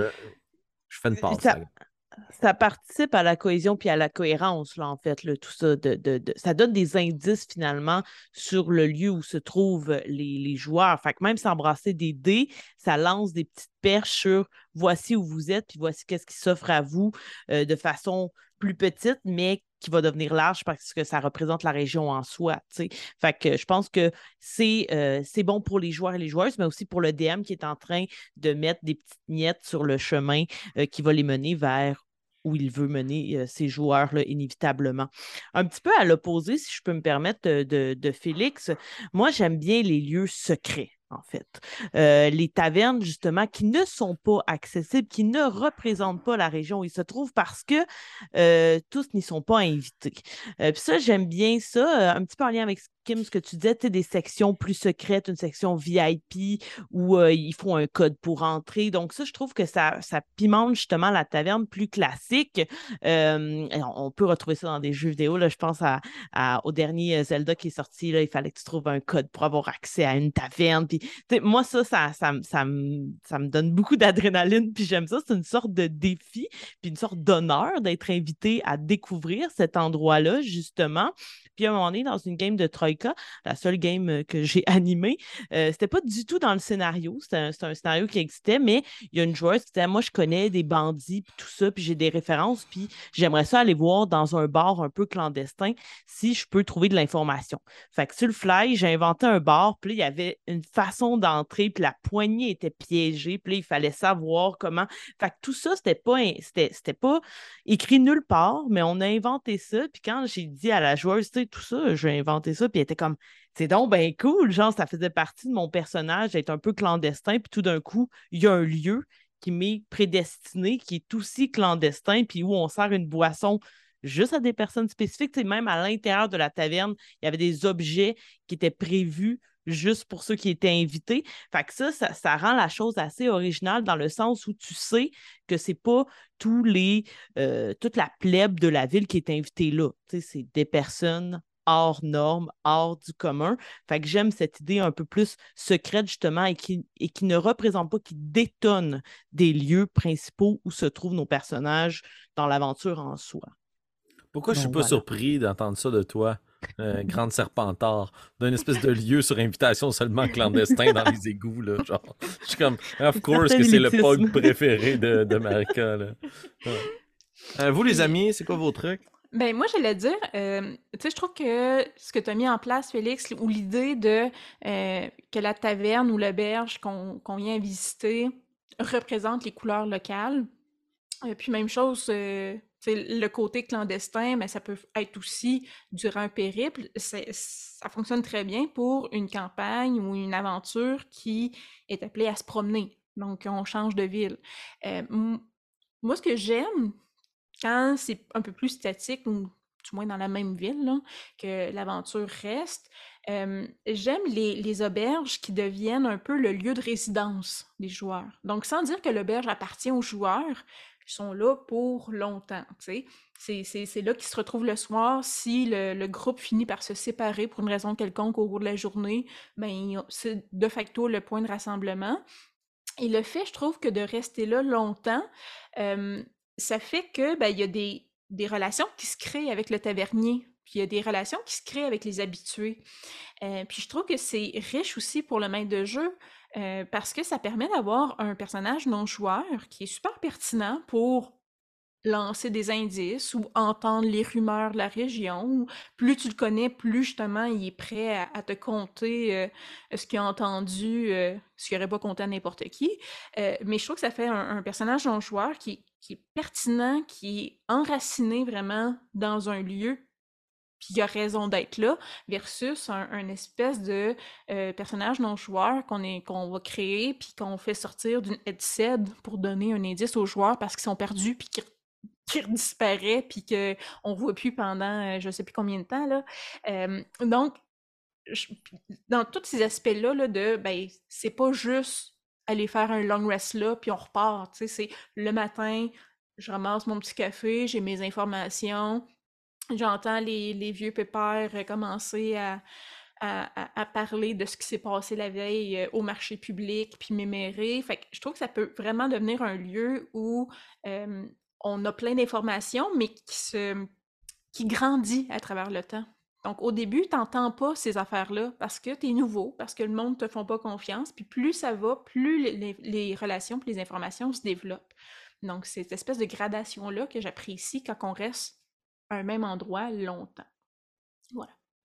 je fais une puis passe. ça, ça participe à la cohésion puis à la cohérence, là, en fait, là, tout ça. De, de, de- ça donne des indices, finalement, sur le lieu où se trouvent les, les joueurs. Fait que même sans brasser des dés, ça lance des petites perches sur voici où vous êtes, puis voici qu'est-ce qui s'offre à vous euh, de façon plus petite, mais qui va devenir large parce que ça représente la région en soi, tu sais. Fait que je pense que c'est euh, c'est bon pour les joueurs et les joueuses, mais aussi pour le D M qui est en train de mettre des petites miettes sur le chemin euh, qui va les mener vers où il veut mener euh, ces joueurs-là, inévitablement. Un petit peu à l'opposé, si je peux me permettre, de, de- de Félix, moi, j'aime bien les lieux secrets, en fait. Euh, les tavernes, justement, qui ne sont pas accessibles, qui ne représentent pas la région où ils se trouvent parce que euh, tous n'y sont pas invités. Euh, Puis ça, j'aime bien ça, euh, un petit peu en lien avec Kim, ce que tu disais, tu sais, des sections plus secrètes, une section V I P où euh, il faut un code pour entrer. Donc ça, je trouve que ça, ça pimente justement la taverne plus classique. Euh, et on on peut retrouver ça dans des jeux vidéo. Là, je pense à, à- au dernier Zelda qui est sorti. Là, il fallait que tu trouves un code pour avoir accès à une taverne. Puis, tu sais, moi, ça, ça, ça, me- ça, me, ça me donne beaucoup d'adrénaline. Puis j'aime ça. C'est une sorte de défi, puis une sorte d'honneur d'être invité à découvrir cet endroit-là, justement. Puis à un moment donné, dans une game de Troïka, la seule game euh, que j'ai animée, euh, c'était pas du tout dans le scénario. C'était un, c'était un scénario qui existait, mais il y a une joueuse qui disait, moi, je connais des bandits, puis tout ça, puis j'ai des références, puis j'aimerais ça aller voir dans un bar un peu clandestin si je peux trouver de l'information. Fait que sur le fly, j'ai inventé un bar, puis là, il y avait une façon d'entrer, puis la poignée était piégée, puis là, il fallait savoir comment. Fait que tout ça, c'était pas, un- c'était, c'était pas écrit nulle part, mais on a inventé ça. Puis quand j'ai dit à la joueuse, tu sais, tout ça, j'ai inventé ça, puis elle était comme, c'est donc ben cool, genre, ça faisait partie de mon personnage d'être un peu clandestin, puis tout d'un coup, il y a un lieu qui m'est prédestiné, qui est aussi clandestin, puis où on sert une boisson juste à des personnes spécifiques. Tu sais, même à l'intérieur de la taverne, il y avait des objets qui étaient prévus juste pour ceux qui étaient invités. Fait que ça, ça, ça rend la chose assez originale dans le sens où tu sais que c'est pas tous les, euh, toute la plèbe de la ville qui est invitée là. Tu sais, c'est des personnes hors normes, hors du commun. Fait que j'aime cette idée un peu plus secrète, justement, et qui, et qui ne représente pas, qui détonne des lieux principaux où se trouvent nos personnages dans l'aventure en soi. Pourquoi je suis Donc pas voilà. surpris d'entendre ça de toi, euh, Grande Serpentard, d'une espèce de lieu sur invitation seulement clandestin dans les égouts, là, genre. Je suis comme, of course Certain que c'est le élitisme. pug préféré de, de Marika, là. Ouais. Euh, vous, les Puis, amis, c'est quoi vos trucs? ben moi, j'allais dire, euh, tu sais, je trouve que ce que tu as mis en place, Félix, ou l'idée de euh, que la taverne ou l'auberge qu'on qu'on vient visiter représente les couleurs locales. Euh, puis même chose, euh, tu sais, le côté clandestin, mais ça peut être aussi durant un périple. C'est- ça fonctionne très bien pour une campagne ou une aventure qui est appelée à se promener. Donc, on change de ville. Euh, m- Moi, ce que j'aime, quand c'est un peu plus statique ou du moins dans la même ville, là, que l'aventure reste, euh, j'aime les, les auberges qui deviennent un peu le lieu de résidence des joueurs. Donc, sans dire que l'auberge appartient aux joueurs, ils sont là pour longtemps, tu sais. C'est, c'est, c'est là qu'ils se retrouvent le soir. Si le, le groupe finit par se séparer pour une raison quelconque au cours de la journée, ben, c'est de facto le point de rassemblement. Et le fait, je trouve, que de rester là longtemps, euh, ça fait que ben, il y a des, des relations qui se créent avec le tavernier, puis il y a des relations qui se créent avec les habitués. Euh, puis je trouve que c'est riche aussi pour le maître de jeu, euh, parce que ça permet d'avoir un personnage non-joueur qui est super pertinent pour lancer des indices ou entendre les rumeurs de la région. Ou plus tu le connais, plus justement il est prêt à, à te conter euh, ce qu'il a entendu, euh, ce qu'il n'aurait pas conté à n'importe qui. Euh, mais je trouve que ça fait un, un personnage non-joueur qui, qui est pertinent, qui est enraciné vraiment dans un lieu, puis il a raison d'être là, versus un, un espèce de euh, personnage non-joueur qu'on est, qu'on va créer, puis qu'on fait sortir d'une headset pour donner un indice aux joueurs parce qu'ils sont perdus, puis qu'ils qui disparaît, puis qu'on ne voit plus pendant euh, je ne sais plus combien de temps. Là. Euh, donc, je, dans tous ces aspects-là, là, de, ben, c'est pas juste aller faire un long rest là, puis on repart. C'est le matin, je ramasse mon petit café, j'ai mes informations, j'entends les, les vieux pépères commencer à, à, à, parler de ce qui s'est passé la veille euh, au marché public, puis mémérer. Fait que je trouve que ça peut vraiment devenir un lieu où euh, on a plein d'informations, mais qui se qui grandit à travers le temps. Donc, au début, tu n'entends pas ces affaires-là parce que tu es nouveau, parce que le monde ne te font pas confiance. Puis plus ça va, plus les, les, les relations et les informations se développent. Donc, c'est cette espèce de gradation-là que j'apprécie quand on reste à un même endroit longtemps. Voilà.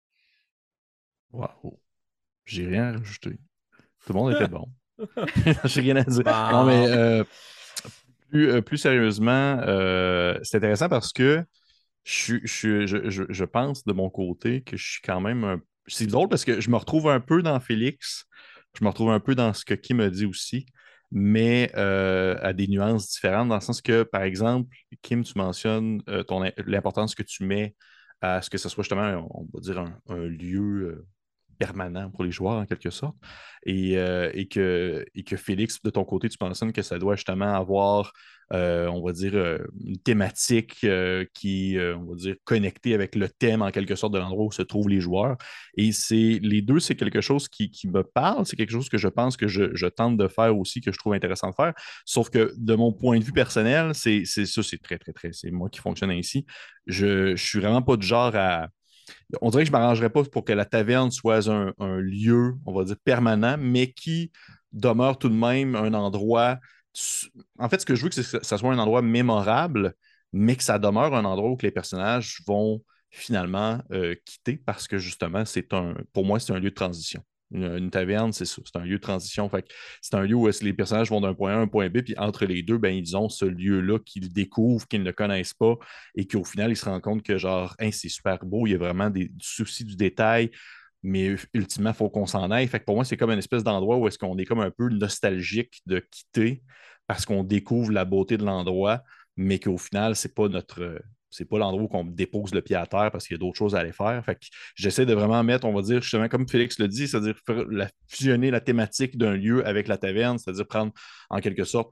Wow. J'ai rien à rajouter. Tout le monde était bon. J'ai rien à dire. Bon. Non, mais euh, plus, euh, plus sérieusement, euh, c'est intéressant parce que je, je, je, je, je pense de mon côté que je suis quand même un... C'est drôle parce que je me retrouve un peu dans Félix, je me retrouve un peu dans ce que Kim a dit aussi, mais euh, à des nuances différentes, dans le sens que, par exemple, Kim, tu mentionnes euh, ton, l'importance que tu mets à ce que ce soit justement, on va dire, un, un lieu euh, permanent pour les joueurs, en quelque sorte. Et, euh, et, que, et que Félix, de ton côté, tu mentionnes que ça doit justement avoir, euh, on va dire, euh, une thématique euh, qui, euh, on va dire, connectée avec le thème, en quelque sorte, de l'endroit où se trouvent les joueurs. Et c'est les deux, c'est quelque chose qui, qui me parle, c'est quelque chose que je pense que je, je tente de faire aussi, que je trouve intéressant de faire. Sauf que de mon point de vue personnel, c'est c'est ça, c'est très, très, très, c'est moi qui fonctionne ainsi. Je ne suis vraiment pas du genre à on dirait que je ne m'arrangerais pas pour que la taverne soit un, un lieu, on va dire, permanent, mais qui demeure tout de même un endroit. En fait, ce que je veux, c'est que ça soit un endroit mémorable, mais que ça demeure un endroit où que les personnages vont finalement euh, quitter parce que justement, c'est un, pour moi, c'est un lieu de transition. Une, une taverne, c'est ça, c'est un lieu de transition. Fait que c'est un lieu où les personnages vont d'un point A à un point B, puis entre les deux, ben, ils ont ce lieu-là qu'ils découvrent, qu'ils ne connaissent pas, et qu'au final, ils se rendent compte que genre, hey, c'est super beau, il y a vraiment des, du souci du détail, mais ultimement, il faut qu'on s'en aille. Fait que pour moi, c'est comme une espèce d'endroit où est-ce qu'on est comme un peu nostalgique de quitter parce qu'on découvre la beauté de l'endroit, mais qu'au final, c'est pas notre. C'est pas l'endroit où on dépose le pied à terre parce qu'il y a d'autres choses à aller faire. Fait que j'essaie de vraiment mettre, on va dire, justement, comme Félix le dit, c'est-à-dire la, fusionner la thématique d'un lieu avec la taverne, c'est-à-dire prendre en quelque sorte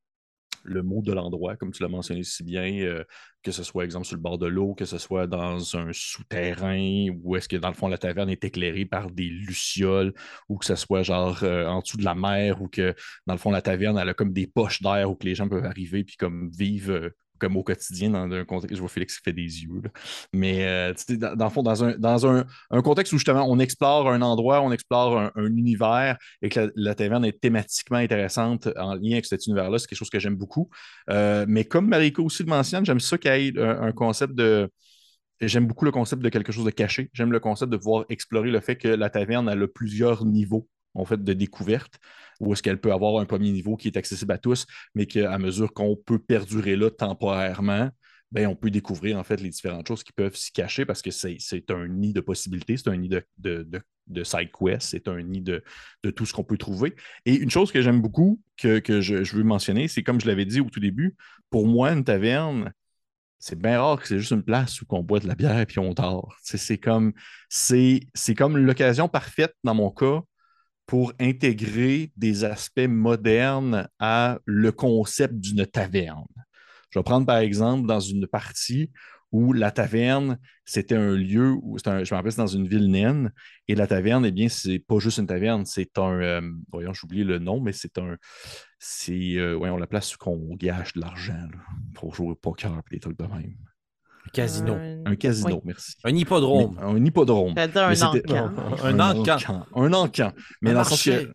le mot de l'endroit, comme tu l'as mentionné si bien, euh, que ce soit, exemple, sur le bord de l'eau, que ce soit dans un souterrain, ou est-ce que, dans le fond, la taverne est éclairée par des lucioles, ou que ce soit, genre, euh, en dessous de la mer, ou que, dans le fond, la taverne, elle a comme des poches d'air où que les gens peuvent arriver, puis comme vivre... Euh, comme au quotidien, dans un contexte, je vois Félix qui fait des yeux, là. Mais euh, dans, dans, le fond, dans, un, dans un, un, contexte où justement on explore un endroit, on explore un, un univers et que la, la, taverne est thématiquement intéressante en lien avec cet univers-là, c'est quelque chose que j'aime beaucoup. Euh, mais comme Mariko aussi le mentionne, j'aime ça qu'il y ait un, un concept de... J'aime beaucoup le concept de quelque chose de caché. J'aime le concept de pouvoir explorer le fait que la taverne elle a plusieurs niveaux en fait, de découverte, où est-ce qu'elle peut avoir un premier niveau qui est accessible à tous, mais qu'à mesure qu'on peut perdurer là temporairement, ben, on peut découvrir en fait les différentes choses qui peuvent s'y cacher parce que c'est, c'est un nid de possibilités, c'est un nid de, de, de, de side quest, c'est un nid de, de tout ce qu'on peut trouver. Et une chose que j'aime beaucoup, que, que je, je veux mentionner, c'est comme je l'avais dit au tout début, pour moi, une taverne, c'est bien rare que c'est juste une place où on boit de la bière et puis on dort. C'est, c'est comme, c'est, c'est comme l'occasion parfaite dans mon cas pour intégrer des aspects modernes à le concept d'une taverne. Je vais prendre par exemple dans une partie où la taverne, c'était un lieu, où c'est un, je me rappelle, c'est dans une ville naine, et la taverne, eh bien, c'est pas juste une taverne, c'est un, euh, voyons, j'ai oublié le nom, mais c'est un, c'est, euh, voyons, la place où on gage de l'argent là, pour jouer au poker et des trucs de même. Un casino. Un... Un casino, Oui, merci. Un Mais, hippodrome. un hippodrome. j'allais dire Mais un c'était encan. Un un encan. encan. Un encan. Mais Un dans le sens que marché.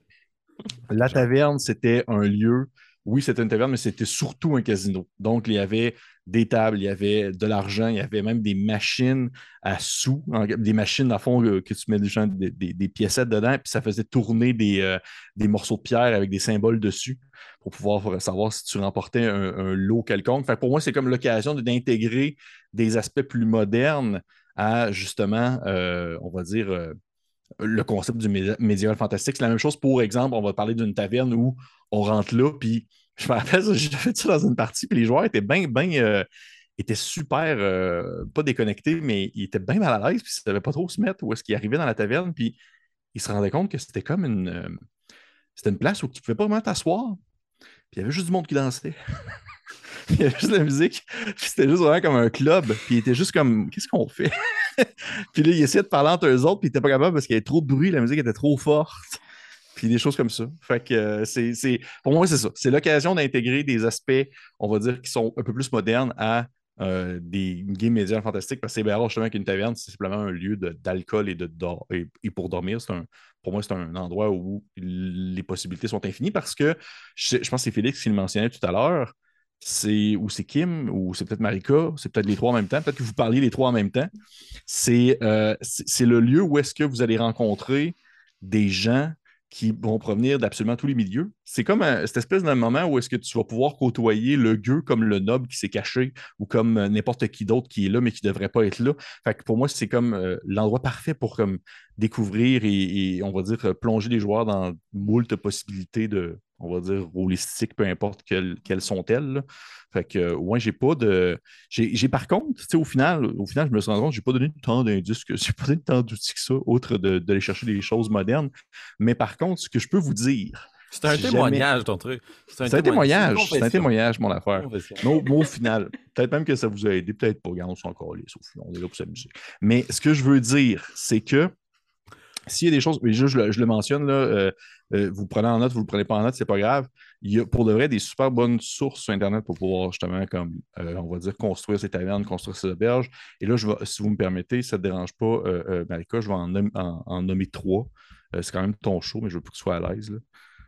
la taverne, c'était un lieu, oui, c'était une taverne, mais c'était surtout un casino. Donc, il y avait des tables, il y avait de l'argent, il y avait même des machines à sous, en- des machines à fond euh, que tu mets des, gens- des, des- des piécettes dedans, puis ça faisait tourner des, euh, des morceaux de pierre avec des symboles dessus pour pouvoir savoir si tu remportais un, un lot quelconque. Fait que pour moi, c'est comme l'occasion de- d'intégrer des aspects plus modernes à justement, euh, on va dire, euh, le concept du mé- médiéval fantastique. C'est la même chose, pour exemple, on va parler d'une taverne où on rentre là, puis je me rappelle, j'ai fait ça dans une partie, puis les joueurs étaient bien, bien, euh, étaient super, euh, pas déconnectés, mais ils étaient bien mal à l'aise, puis ils ne savaient pas trop se mettre où est-ce qu'ils arrivaient dans la taverne, puis ils se rendaient compte que c'était comme une, euh, c'était une place où tu ne pouvais pas vraiment t'asseoir, puis il y avait juste du monde qui dansait. Il y avait juste de la musique, puis c'était juste vraiment comme un club, puis ils étaient juste comme, qu'est-ce qu'on fait? Puis là, ils essayaient de parler entre eux autres, puis ils n'étaient pas capables parce qu'il y avait trop de bruit, la musique était trop forte. Puis des choses comme ça. Fait que euh, c'est, c'est, pour moi, c'est ça. C'est l'occasion d'intégrer des aspects, on va dire, qui sont un peu plus modernes à euh, des games médias fantastiques. Parce que c'est bien rare, justement, qu'une taverne, c'est simplement un lieu de- d'alcool et, de, dor- et, et pour dormir. C'est un, pour moi, c'est un endroit où les possibilités sont infinies parce que je, je pense que c'est Félix qui le mentionnait tout à l'heure. C'est, ou c'est Kim, ou c'est peut-être Marika, c'est peut-être les trois en même temps. Peut-être que vous parliez les trois en même temps. C'est euh, c'est c'est le lieu où est-ce que vous allez rencontrer des gens qui vont provenir d'absolument tous les milieux. C'est comme un- cette espèce d'un moment où est-ce que tu vas pouvoir côtoyer le gueux comme le noble qui s'est caché ou comme euh, n'importe qui d'autre qui est là mais qui ne devrait pas être là. Fait que pour moi, c'est comme euh, l'endroit parfait pour comme découvrir et, et, on va dire euh, plonger les joueurs dans moult possibilités de, on va dire, holistiques, peu importe quelles, quelles sont-elles. Là. Fait que, euh, ouais, j'ai pas de. J'ai, j'ai par contre, tu sais, au final, au final, je me suis rendu compte que j'ai pas donné tant d'indices que j'ai pas donné tant d'outils que ça, autre de, d'aller chercher des choses modernes. Mais par contre, ce que je peux vous dire, C'est un si jamais. témoignage, ton truc. C'est un C'est un témoignage. C'est une témoignage, c'est un confession. témoignage, mon affaire. Confession. Mais au, mais au final, peut-être même que ça vous a aidé, peut-être pas, regarde, on s'en encore les on est là pour s'amuser. Mais ce que je veux dire, c'est que s'il y a des choses, mais juste, je, le, je le mentionne, là, euh, euh, vous le prenez en note, vous ne le prenez pas en note, c'est pas grave. Il y a pour de vrai des super bonnes sources sur Internet pour pouvoir justement, comme euh, on va dire, construire ces tavernes, construire ces auberges. Et là, je vais, si vous me permettez, ça ne te dérange pas, euh, euh, Marika, je vais en, nom- en- en nommer trois. Euh, c'est quand même ton show, mais je veux que tu sois à l'aise. Là.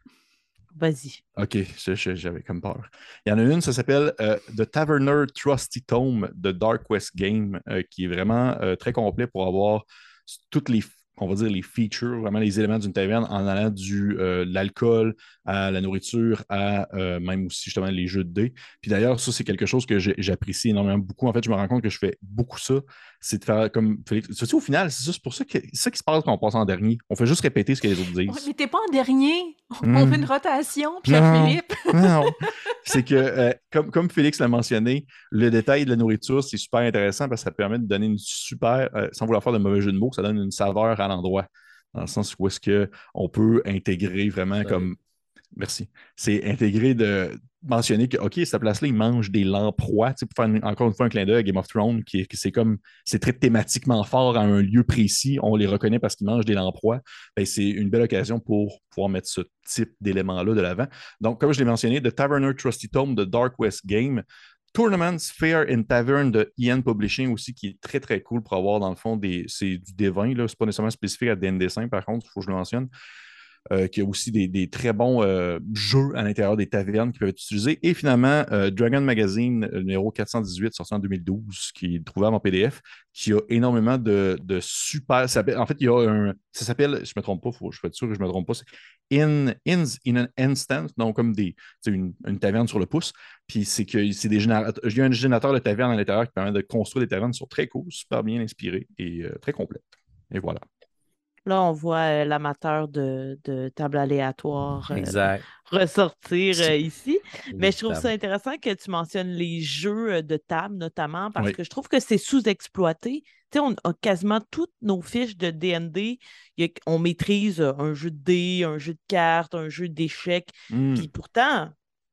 Vas-y. OK, je- je- j'avais comme peur. Il y en a une, ça s'appelle euh, The Taverner Trusty Tome de Dark West Game, euh, qui est vraiment euh, très complet pour avoir toutes les, on va dire, les features, vraiment les éléments d'une taverne en allant du, euh, de l'alcool à la nourriture, à euh, même aussi justement les jeux de dés. Puis d'ailleurs, ça, c'est quelque chose que j'ai- j'apprécie énormément beaucoup. En fait, je me rends compte que je fais beaucoup ça. C'est de faire comme Félix. Tu sais, au final, c'est ça, c'est pour ça que c'est ça qui se passe quand on passe en dernier. On fait juste répéter ce que les autres Ouais, disent. mais t'es pas en dernier. On fait Hmm. une rotation, Non, Pierre-Philippe. non. C'est que, euh, comme, comme Félix l'a mentionné, le détail de la nourriture, c'est super intéressant parce que ça permet de donner une super, euh, sans vouloir faire de mauvais jeu de mots, ça donne une saveur à l'endroit. Dans le sens où est-ce qu'on peut intégrer vraiment Solide. comme. Merci. C'est intégrer de mentionner que, OK, cette place-là, ils mangent des lamproies, tu sais, pour faire une- encore une fois un clin d'œil à Game of Thrones, qui, est- qui c'est comme, c'est très thématiquement fort à un lieu précis, on les reconnaît parce qu'ils mangent des lamproies. Ben, c'est une belle occasion pour pouvoir mettre ce type d'éléments-là de l'avant. Donc, comme je l'ai mentionné, The Taverner Trusty Tome de Dark West Game, Tournaments Fair in Tavern de Ian Publishing aussi, qui est très très cool pour avoir dans le fond des, c'est du D vingt, là, c'est pas nécessairement spécifique à D and D cinq par contre, il faut que je le mentionne. Euh, qui a aussi des, des très bons euh, jeux à l'intérieur des tavernes qui peuvent être utilisés. Et finalement, euh, Dragon Magazine, euh, numéro quatre cent dix-huit, sorti en deux mille douze, qui est trouvable en P D F, qui a énormément de, de super. Ça, en fait, il y a un. Ça s'appelle, je ne me trompe pas, faut, je suis sûr que je ne me trompe pas, c'est in, Inns in an Instant, donc comme des, une, une taverne sur le pouce. Puis c'est que c'est des générateurs. Il y a un générateur de taverne à l'intérieur qui permet de construire des tavernes qui sont très cool, super bien inspirées et euh, très complètes. Et voilà. Là, on voit euh, l'amateur de, de table aléatoire euh, Exact. ressortir euh, ici. Mais je trouve ça Inévitable. intéressant que tu mentionnes les jeux euh, de table, notamment, parce Oui. que je trouve que c'est sous-exploité. Tu sais, on a quasiment toutes nos fiches de D and D. Il y a- on maîtrise euh, un jeu de dés, un jeu de cartes, un jeu d'échecs. Mm. Puis pourtant,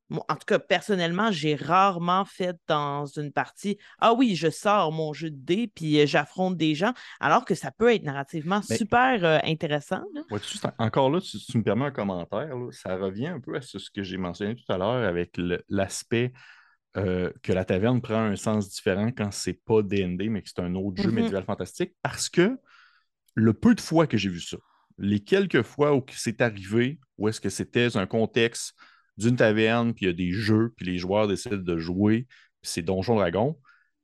Moi, en tout cas, personnellement, j'ai rarement fait dans une partie, ah oui, je sors mon jeu de dés puis euh, j'affronte des gens, alors que ça peut être narrativement Mais super euh, intéressant, là. vois-tu, c'est en- encore là, si tu me permets un commentaire, là, ça revient un peu à ce, ce que j'ai mentionné tout à l'heure avec le- l'aspect euh, que la taverne prend un sens différent quand c'est pas D and D, mais que c'est un autre jeu Mhm, médiéval fantastique, parce que le peu de fois que j'ai vu ça, les quelques fois où c'est arrivé, où est-ce que c'était un contexte d'une taverne, puis il y a des jeux, puis les joueurs décident de jouer, puis c'est Donjon Dragon,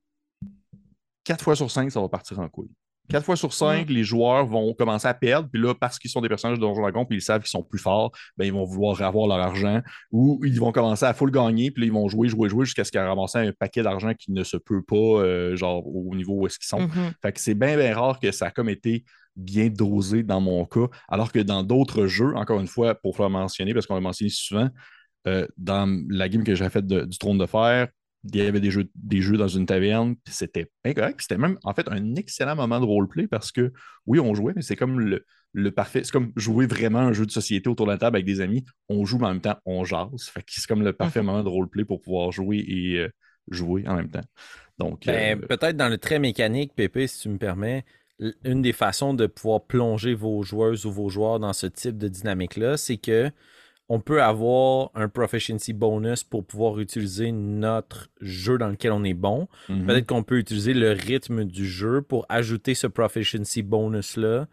quatre fois sur cinq, ça va partir en couille. Quatre fois sur mhm, cinq, les joueurs vont commencer à perdre, puis là, parce qu'ils sont des personnages de Donjon Dragon, puis ils savent qu'ils sont plus forts, ben, ils vont vouloir avoir leur argent, ou ils vont commencer à full gagner, puis là, ils vont jouer, jouer, jouer, jusqu'à ce qu'ils ramassent un paquet d'argent qui ne se peut pas, euh, genre, au niveau où est-ce qu'ils sont. mhm, Fait que c'est bien, bien rare que ça a comme été bien dosé dans mon cas, alors que dans d'autres jeux, encore une fois, pour le mentionner, parce qu'on l'a mentionné souvent, euh, dans la game que j'ai faite de- du Trône de Fer, il y avait des jeux, des jeux dans une taverne, puis c'était bien correct. Puis c'était même, en fait, un excellent moment de roleplay parce que, oui, on jouait, mais c'est comme le, le parfait. C'est comme jouer vraiment un jeu de société autour de la table avec des amis. On joue, mais en même temps, on jase. Fait que c'est comme le parfait mhm. moment de roleplay pour pouvoir jouer et euh, jouer en même temps. Donc, Ben, euh, peut-être dans le trait mécanique, Pépé, si tu me permets, l- une des façons de pouvoir plonger vos joueuses ou vos joueurs dans ce type de dynamique-là, c'est que on peut avoir un proficiency bonus pour pouvoir utiliser notre jeu dans lequel on est bon. mhm. Peut-être qu'on peut utiliser le rythme du jeu pour ajouter ce proficiency bonus-là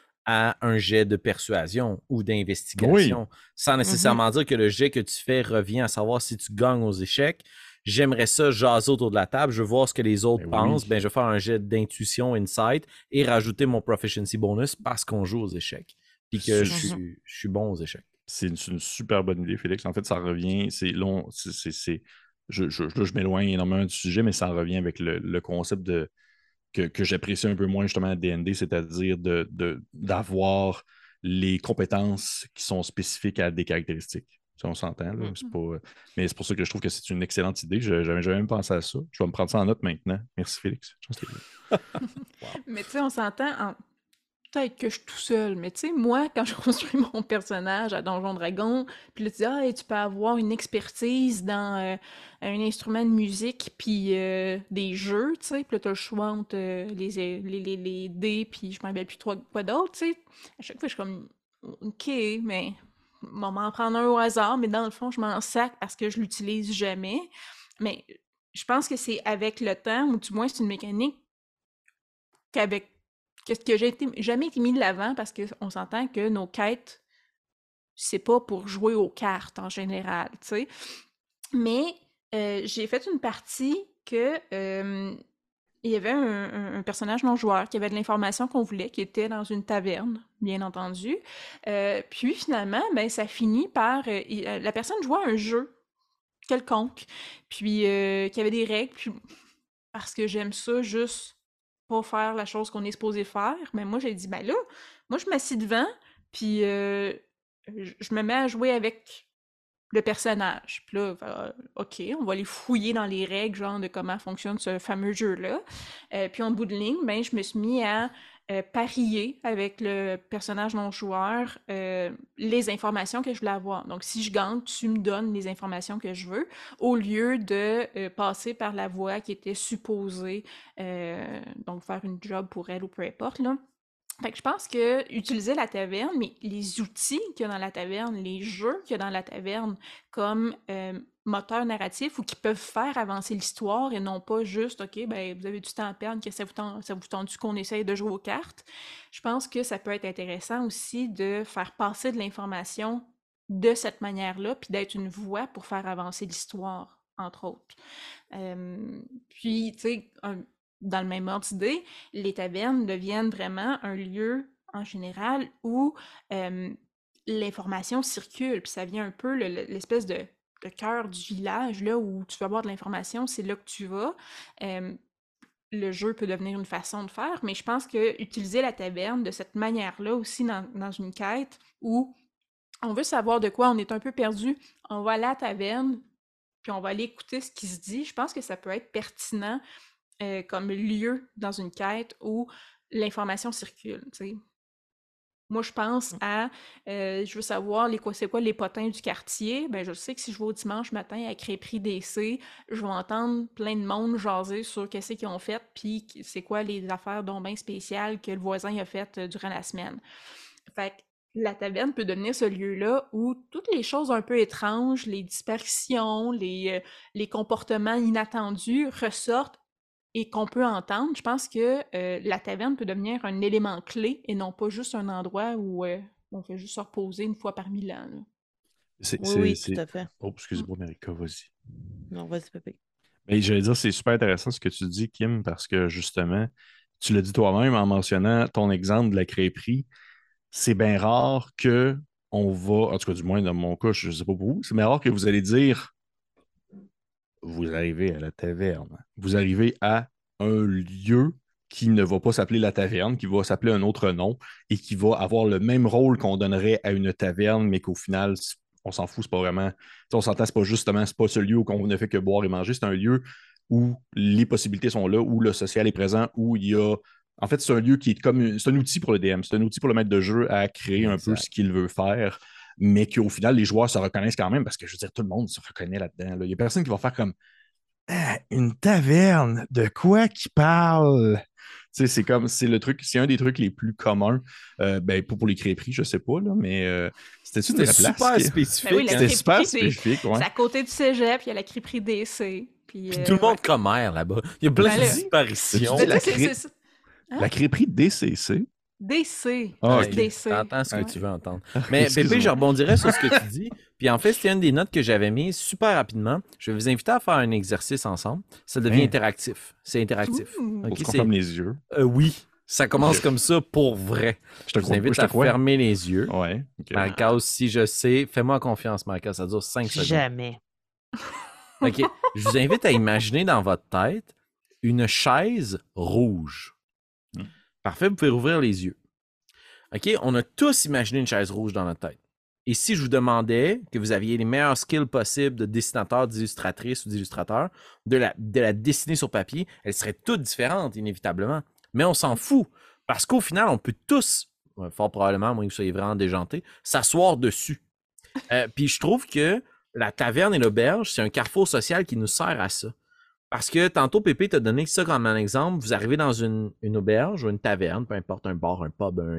à un jet de persuasion ou Oui, d'investigation, sans Mhm. nécessairement dire que le jet que tu fais revient à savoir si tu gagnes aux échecs. J'aimerais ça jaser autour de la table, je veux voir ce que les autres ben pensent, oui. ben je vais faire un jet d'intuition, insight, et rajouter mon proficiency bonus parce qu'on joue aux échecs, puis que je Mhm. suis, je suis bon aux échecs. C'est une, c'est une super bonne idée, Félix. En fait, ça revient, c'est long, c'est, c'est, c'est- je, je, là, je m'éloigne énormément du sujet, mais ça revient avec le, le concept de, que, que j'apprécie un peu moins justement à D and D, c'est-à-dire de, de- d'avoir les compétences qui sont spécifiques à des caractéristiques. Ça, on s'entend, là. C'est Mhm. pas, mais c'est pour ça que je trouve que c'est une excellente idée. Je n'avais jamais même pensé à ça. Je vais me prendre ça en note maintenant. Merci, Félix. Je pense que c'est- Wow. Mais tu sais, on s'entend, en- peut-être que je suis tout seul, mais tu sais, moi, quand je construis mon personnage à Donjon Dragon, puis là, tu dis, ah, hey, tu peux avoir une expertise dans euh, un instrument de musique, puis euh, des jeux, tu sais, puis là, t'as le choix entre euh, les, les, les, les dés, puis je m'en rappelle plus trop quoi d'autre, tu sais. À chaque fois, je suis comme, OK, mais on va m'en prendre un au hasard, mais dans le fond, je m'en sac parce que je l'utilise jamais. Mais je pense que c'est avec le temps, ou du moins, c'est une mécanique qu'avec que ce que j'ai été, jamais été mis de l'avant parce qu'on s'entend que nos quêtes, c'est pas pour jouer aux cartes en général, tu sais. Mais euh, j'ai fait une partie que euh, il y avait un, un- un personnage non joueur qui avait de l'information qu'on voulait, qui était dans une taverne, bien entendu. Euh, puis finalement, ben ça finit par euh, il- euh, la personne jouait à un jeu quelconque, puis euh, qui avait des règles, puis parce que j'aime ça juste pas faire la chose qu'on est supposé faire, mais moi j'ai dit ben là, moi je m'assis devant, puis euh, je je me mets à jouer avec le personnage. Puis là, euh, OK, on va aller fouiller dans les règles, genre, de comment fonctionne ce fameux jeu-là. Euh, puis en bout de ligne, ben, je me suis mis à euh, parier avec le personnage non-joueur euh, les informations que je voulais avoir. Donc, si je gagne, tu me donnes les informations que je veux, au lieu de euh, passer par la voie qui était supposée, euh, donc faire une job pour elle ou peu importe, là. Fait que je pense que utiliser la taverne, mais les outils qu'il y a dans la taverne, les jeux qu'il y a dans la taverne comme euh, moteur narratif ou qui peuvent faire avancer l'histoire et non pas juste, OK, ben vous avez du temps à perdre, que ça vous tente, ça vous tente qu'on essaye de jouer aux cartes. Je pense que ça peut être intéressant aussi de faire passer de l'information de cette manière-là, puis d'être une voix pour faire avancer l'histoire, entre autres. Euh, puis, tu sais, un- dans le même ordre d'idée, les tavernes deviennent vraiment un lieu, en général, où euh, l'information circule. Puis ça vient un peu le- le- l'espèce de, de cœur du village, là, où tu vas avoir de l'information, c'est là que tu vas. Euh, le jeu peut devenir une façon de faire, mais je pense que utiliser la taverne de cette manière-là aussi dans, dans une quête où on veut savoir de quoi on est un peu perdu, on va à la taverne, puis on va aller écouter ce qui se dit. Je pense que ça peut être pertinent euh, comme lieu dans une quête où l'information circule, tu sais. Moi, je pense Mmh. à, euh, je veux savoir les quoi, c'est quoi les potins du quartier. Ben, je sais que si je vais au dimanche matin à Crêperie D C, je vais entendre plein de monde jaser sur qu'est-ce qu'ils ont fait, puis qu- c'est quoi les affaires donc bien spéciales que le voisin a faites euh, durant la semaine. Fait que la taverne peut devenir ce lieu-là où toutes les choses un peu étranges, les disparitions, les, euh, les comportements inattendus ressortent et qu'on peut entendre. Je pense que euh, la taverne peut devenir un élément clé et non pas juste un endroit où euh, on fait juste se reposer une fois par mille ans, là. C'est, Oui, c'est, oui, tout c'est... à fait. Oh, Mm. excusez-moi, Marika, vas-y. Non, vas-y, Pépé. Mais j'allais dire, c'est super intéressant ce que tu dis, Kim, parce que justement, tu l'as dit toi-même en mentionnant ton exemple de la crêperie. C'est bien rare que on va, en tout cas, du moins dans mon cas, je ne sais pas pour vous, c'est bien rare que vous allez dire vous arrivez à la taverne. Vous arrivez à un lieu qui ne va pas s'appeler la taverne, qui va s'appeler un autre nom et qui va avoir le même rôle qu'on donnerait à une taverne, mais qu'au final, on s'en fout, c'est pas vraiment. On s'entend, c'est pas justement, c'est pas ce lieu où on ne fait que boire et manger, c'est un lieu où les possibilités sont là, où le social est présent, où il y a. En fait, c'est un lieu qui est comme. C'est un outil pour le D M, c'est un outil pour le maître de jeu à créer un peu ce Exact. qu'il veut faire, mais qu'au final, les joueurs se reconnaissent quand même parce que je veux dire, tout le monde se reconnaît là-dedans. Là. Il n'y a personne qui va faire comme ah, une taverne, de quoi qui parle? Tu sais, c'est comme, c'est le truc, c'est un des trucs les plus communs. Euh, ben, pas pour les crêperies, je sais pas, là, mais euh, c'était une C'était vraie place. super Qui... Ben oui, spécifique, la hein? C'était super crêperie, c'est spécifique, c'est ouais. à côté du cégep, il y a la crêperie D C. Puis, Puis tout euh, le ouais. monde commère là-bas. Il y a plein Ben de T'as-tu là, dit? T'as-tu disparitions. dit ben tu la, sais, c'est crê... c'est ça. Hein? la crêperie D C C? D C. Ah, Juste Hey, ok. D C. t'entends ce que Ouais. tu veux entendre. Ok, Mais Pépé, je excuse-moi. rebondirais sur ce que tu dis. Puis en fait, c'était une des notes que j'avais mises super rapidement. Je vais vous inviter à faire un exercice ensemble. Ça devient Hein? interactif. C'est interactif. Ouh. OK, Faut-tu qu'on c'est ferme les yeux? euh, oui, ça commence Ok. comme ça pour vrai. Je te Je vous crois. invite Je te à crois. fermer les yeux. Ouais. Ok. Marika, si je sais, fais-moi confiance, Marika, ça dure cinq secondes. Jamais. OK, je vous invite à imaginer dans votre tête une chaise rouge. Hmm. Parfait, vous pouvez rouvrir les yeux. OK, on a tous imaginé une chaise rouge dans notre tête. Et si je vous demandais que vous aviez les meilleurs skills possibles de dessinateur, d'illustratrice ou d'illustrateur, de la, de la dessiner sur papier, elle serait toute différente, inévitablement. Mais on s'en fout. Parce qu'au final, on peut tous, ouais, fort probablement, à moins que vous soyez vraiment déjanté, s'asseoir dessus. Euh, puis je trouve que la taverne et l'auberge, c'est un carrefour social qui nous sert à ça. Parce que tantôt, Pépé t'a donné ça comme un exemple. Vous arrivez dans une, une auberge ou une taverne, peu importe, un bar, un pub, un,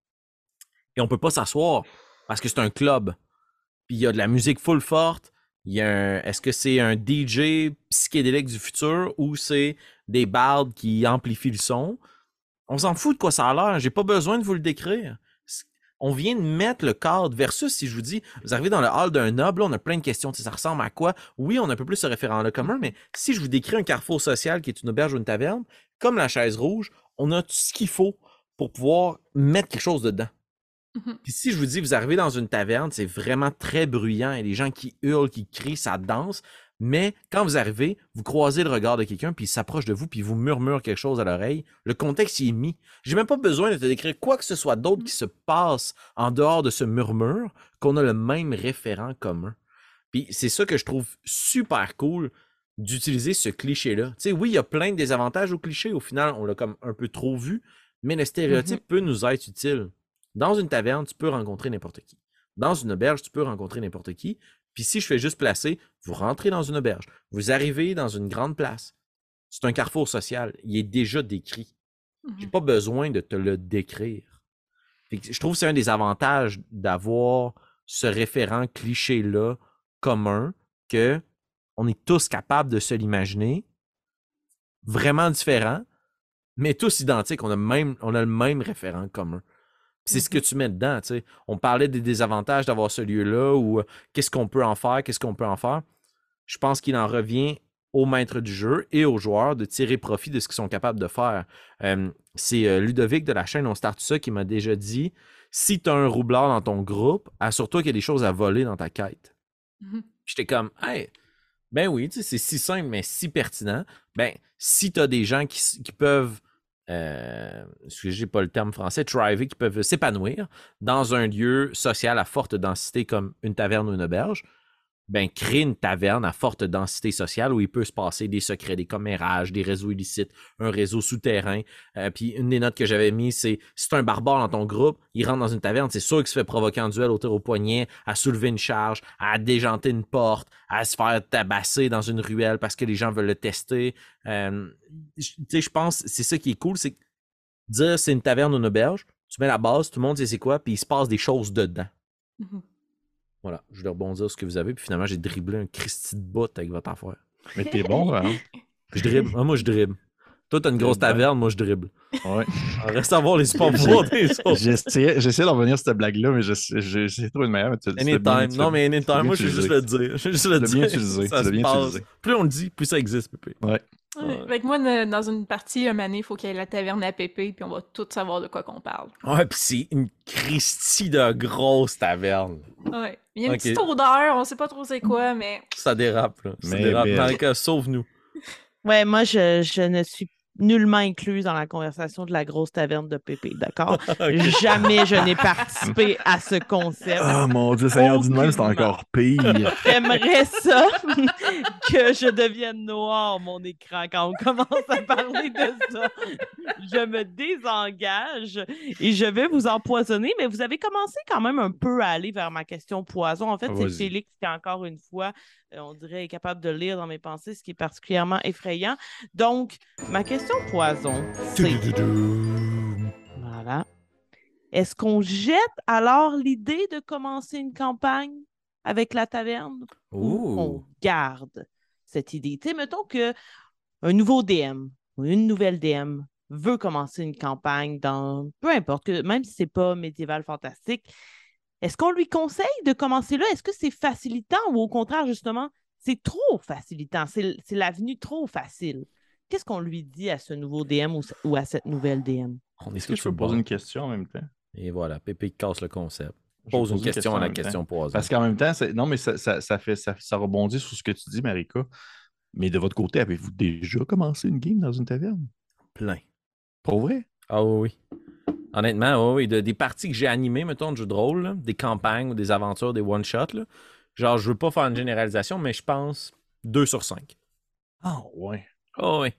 et on peut pas s'asseoir parce que c'est un club. Puis il y a de la musique full forte. Il y a un... Est-ce que c'est un D J psychédélique du futur ou c'est des bardes qui amplifient le son? On s'en fout de quoi ça a l'air. J'ai pas besoin de vous le décrire. On vient de mettre le cadre versus si je vous dis, vous arrivez dans le hall d'un noble, là, on a plein de questions. Tu sais, ça ressemble à quoi? Oui, on a un peu plus ce référent-là commun, mais si je vous décris un carrefour social qui est une auberge ou une taverne, comme la chaise rouge, on a tout ce qu'il faut pour pouvoir mettre quelque chose dedans. Mhm. Puis si je vous dis, vous arrivez dans une taverne, c'est vraiment très bruyant. Il y a des gens qui hurlent, qui crient, ça danse. Mais quand vous arrivez, vous croisez le regard de quelqu'un, puis il s'approche de vous, puis il vous murmure quelque chose à l'oreille. Le contexte y est mis. J'ai même pas besoin de te décrire quoi que ce soit d'autre qui se passe en dehors de ce murmure, qu'on a le même référent commun. Puis c'est ça que je trouve super cool d'utiliser ce cliché-là. Tu sais, oui, il y a plein de désavantages au cliché. Au final, on l'a comme un peu trop vu, mais le stéréotype Mhm. peut nous être utile. Dans une taverne, tu peux rencontrer n'importe qui. Dans une auberge, tu peux rencontrer n'importe qui. Puis si je fais juste placer, vous rentrez dans une auberge, vous arrivez dans une grande place. C'est un carrefour social. Il est déjà décrit. J'ai Mhm. pas besoin de te le décrire. Fait que je trouve que c'est un des avantages d'avoir ce référent cliché-là commun que on est tous capables de se l'imaginer, vraiment différent, mais tous identiques. On a, même, on a le même référent commun. C'est ce que tu mets dedans, tu sais. On parlait des désavantages d'avoir ce lieu-là ou euh, qu'est-ce qu'on peut en faire, qu'est-ce qu'on peut en faire. Je pense qu'il en revient au maître du jeu et aux joueurs de tirer profit de ce qu'ils sont capables de faire. Euh, c'est euh, Ludovic de la chaîne On Start Ça qui m'a déjà dit si tu as un roublard dans ton groupe, assure-toi qu'il y a des choses à voler dans ta quête. Mhm. J'étais comme, hey, ben oui, tu sais, c'est si simple, mais si pertinent. Ben, si tu as des gens qui, qui peuvent, euh, excusez, j'ai pas le terme français, thriver, qui peuvent s'épanouir dans un lieu social à forte densité comme une taverne ou une auberge, ben, crée une taverne à forte densité sociale où il peut se passer des secrets, des commérages, des réseaux illicites, un réseau souterrain. Euh, puis une des notes que j'avais mises, c'est si tu as un barbare dans ton groupe, il rentre dans une taverne, c'est sûr qu'il se fait provoquer en duel au tir au poignet, à soulever une charge, à déjanter une porte, à se faire tabasser dans une ruelle parce que les gens veulent le tester. Euh, tu sais, je pense c'est ça qui est cool, c'est dire c'est une taverne ou une auberge, tu mets la base, tout le monde sait c'est quoi, puis il se passe des choses dedans. Mhm. Voilà, je vais rebondir sur ce que vous avez, puis finalement, j'ai dribblé un Christy de bout avec votre affaire. Mais t'es bon, hein? Je dribble. Ah, moi, je dribble. Toi, t'as une grosse Dribble, ouais. taverne, moi, je dribble. Ouais. On reste à voir les super pouvoirs des autres. J'essayais j'essayais d'en revenir sur cette blague-là, mais j'essaie de trouver une meilleure. Mais tu, tu l'as bien- Anytime. tu Non, l'as- mais tu l'as anytime, bien moi, je vais juste utilisé. le dire. Je vais juste le Tu l'as bien dire. utilisé, Ça tu l'as se bien passe. utilisé. Plus on le dit, plus ça existe, Pépé. Ouais. Ouais. Ouais. Fait que moi, ne- dans une partie, un année, il faut qu'il y ait la taverne à Pépé, puis on va tous savoir de quoi qu'on parle. Ouais, pis c'est une Christie de grosse taverne. Ouais. Il y a une Ok. petite odeur, on sait pas trop c'est quoi, mais Ça dérape, là. Ça Mais dérape. belle. Marika, sauve-nous. Ouais, moi, je, je ne suis nullement incluse dans la conversation de la grosse taverne de Pépé, d'accord? Ok. Jamais je n'ai participé à ce concept. Oh mon Dieu, Seigneur du même, c'est Aucunement. encore pire. J'aimerais ça que je devienne noir, mon écran, quand on commence à parler de ça. Je me désengage et je vais vous empoisonner, mais vous avez commencé quand même un peu à aller vers ma question poison. En fait, c'est Vas-y. Félix qui, encore une fois, euh, on dirait, est capable de lire dans mes pensées, ce qui est particulièrement effrayant. Donc, ma question poison, c'est... Voilà. Est-ce qu'on jette alors l'idée de commencer une campagne avec la taverne ou on Ouh. garde cette idée? Tu sais, mettons que un nouveau D M ou une nouvelle D M veut commencer une campagne dans, peu importe, que, même si c'est pas médiéval fantastique, est-ce qu'on lui conseille de commencer là? Est-ce que c'est facilitant ou au contraire, justement, c'est trop facilitant? C'est, c'est l'avenue trop facile. Qu'est-ce qu'on lui dit à ce nouveau D M ou, ou à cette nouvelle D M? On est Est-ce que je sur peux le poser bord. une question en même temps? Et voilà, Pépé casse le concept. Je vais Pose une poser question à en la même temps. question poison. Parce qu'en même temps, c'est- non, mais ça, ça, ça fait, ça, ça rebondit sur ce que tu dis, Marika. Mais de votre côté, avez-vous déjà commencé une game dans une taverne? Plein. Pour vrai? Ah oui, oui. Honnêtement, oui, oui. De- des parties que j'ai animées, mettons, de jeux de rôle, là, des campagnes ou des aventures, des one-shots, là. Genre, je veux pas faire une généralisation, mais je pense deux sur cinq. Ah, ouais. Ah oui.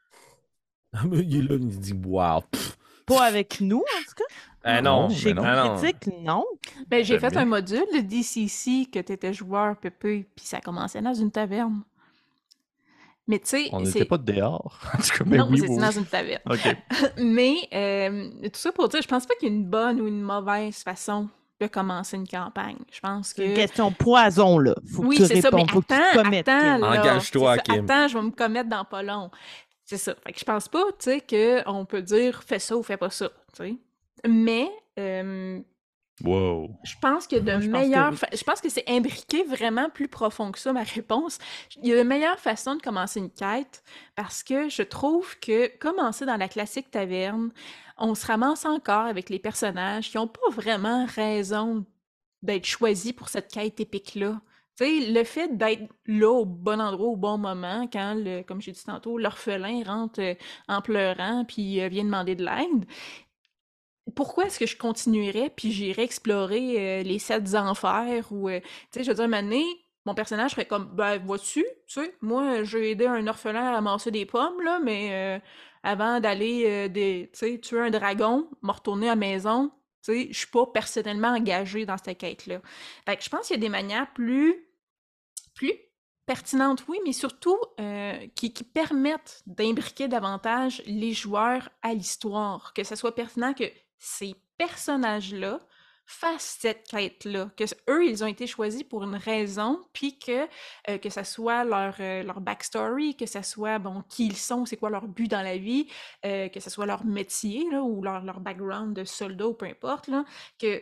Il est là, il dit « Wow! » Pas avec nous, en tout cas. Euh, non, Non, Chez mais non. ah non. Critique, non. ben, j'ai Jamais. fait un module de D C C que t'étais joueur, Pépé, puis ça commençait dans une taverne. Mais tu sais, On c'est... n'était pas dehors. En tout cas, mais Non, oui, c'est oui, dans oui. une taverne. OK. Mais euh, tout ça pour dire, je pense pas qu'il y a une bonne ou une mauvaise façon de commencer une campagne. Je pense C'est une que... question poison, là. Faut Oui, que tu c'est ça, mais répondes, faut que tu te attends, commettes. attends, Kim. là. Engage-toi, C'est ça, Kim. Attends, je vais me commettre dans pas long. C'est ça. Fait que je pense pas, tu sais, qu'on peut dire fais ça ou fais pas ça, tu sais. Mais euh, Wow. je pense qu'il y a de Moi, je pense que meilleures... oui. fa- Je pense que c'est imbriqué vraiment plus profond que ça, ma réponse. Il y a de meilleures façons de commencer une quête parce que je trouve que commencer dans la classique taverne, on se ramasse encore avec les personnages qui n'ont pas vraiment raison d'être choisis pour cette quête épique-là. Tu sais, le fait d'être là au bon endroit au bon moment, quand, le, comme j'ai dit tantôt, l'orphelin rentre euh, en pleurant puis euh, vient demander de l'aide, pourquoi est-ce que je continuerais puis j'irais explorer euh, les sept enfers ou, euh, tu sais, je veux dire, un moment donné, mon personnage serait comme, ben, vois-tu, tu sais, moi, j'ai aidé un orphelin à ramasser des pommes, là, mais euh, avant d'aller, euh, des, tu sais, tuer un dragon, me retourner à la maison, tu sais, je suis pas personnellement engagée dans cette quête-là. Fait que je pense qu'il y a des manières plus, plus pertinentes, oui, mais surtout euh, qui, qui permettent d'imbriquer davantage les joueurs à l'histoire, que ce soit pertinent que ces personnages-là fassent cette quête-là, que eux, ils ont été choisis pour une raison, puis que euh, que ça soit leur, euh, leur backstory, que ça soit, bon, qui ils sont, c'est quoi leur but dans la vie, euh, que ce soit leur métier, là, ou leur, leur background de soldat, ou peu importe, là, que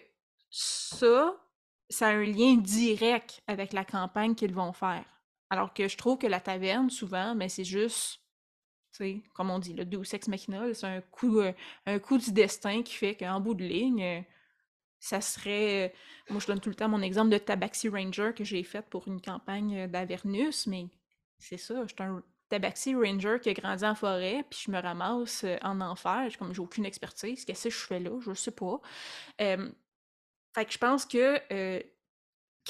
ça, ça a un lien direct avec la campagne qu'ils vont faire. Alors que je trouve que la taverne, souvent, mais c'est juste, tu sais, comme on dit, le Deus Ex Machina, là, c'est un coup, euh, un coup du destin qui fait qu'en bout de ligne, euh, ça serait... euh, moi, je donne tout le temps mon exemple de Tabaxi Ranger que j'ai fait pour une campagne euh, d'Avernus, mais c'est ça, je suis un Tabaxi Ranger qui a grandi en forêt, puis je me ramasse euh, en enfer, j'ai comme j'ai aucune expertise, qu'est-ce que je fais là? Je sais pas. Euh, fait que je pense que euh,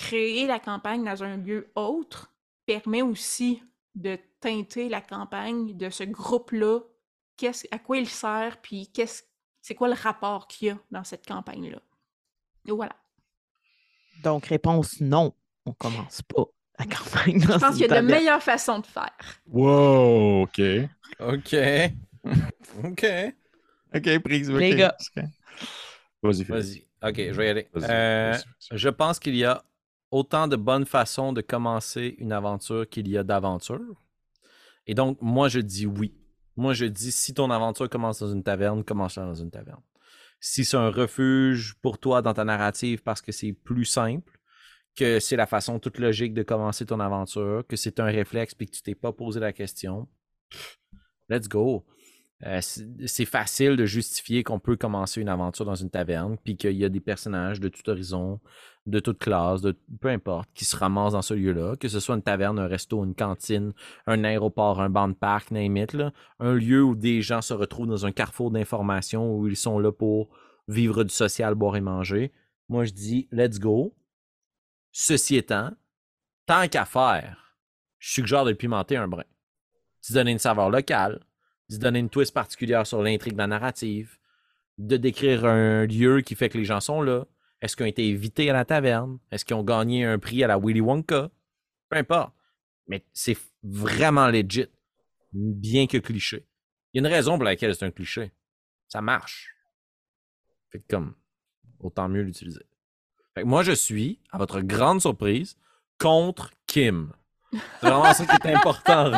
créer la campagne dans un lieu autre permet aussi de teinter la campagne de ce groupe-là, qu'est-ce, à quoi il sert, puis qu'est-ce, c'est quoi le rapport qu'il y a dans cette campagne-là. Et voilà. Donc, réponse non. On commence pas la campagne dans Je pense une qu'il y a de taverne. meilleures façons de faire. Wow, OK. OK. OK. OK, prise. OK. Les gars. OK. Vas-y, Félix. Vas-y. OK, je vais y aller. Vas-y, Euh, vas-y, vas-y. je pense qu'il y a autant de bonnes façons de commencer une aventure qu'il y a d'aventures. Et donc, moi, je dis oui. Moi, je dis, si ton aventure commence dans une taverne, commence dans une taverne. Si c'est un refuge pour toi dans ta narrative parce que c'est plus simple, que c'est la façon toute logique de commencer ton aventure, que c'est un réflexe puis que tu t'es pas posé la question, let's go. Euh, c'est, c'est facile de justifier qu'on peut commencer une aventure dans une taverne puis qu'il y a des personnages de tout horizon, de toute classe, de peu importe, qui se ramassent dans ce lieu-là, que ce soit une taverne, un resto, une cantine, un aéroport, un banc de parc, name it, là, un lieu où des gens se retrouvent dans un carrefour d'informations où ils sont là pour vivre du social, boire et manger. Moi, je dis, let's go. Ceci étant, tant qu'à faire, je suggère de le pimenter un brin. D'y donner une saveur locale, d'y donner une twist particulière sur l'intrigue de la narrative, de décrire un lieu qui fait que les gens sont là. Est-ce qu'ils ont été invités à la taverne? Est-ce qu'ils ont gagné un prix à la Willy Wonka? Peu importe. Mais c'est vraiment legit, bien que cliché. Il y a une raison pour laquelle c'est un cliché. Ça marche. Fait que comme, autant mieux l'utiliser. Fait que moi, je suis, à votre grande surprise, contre Kim. C'est vraiment ça qui est important.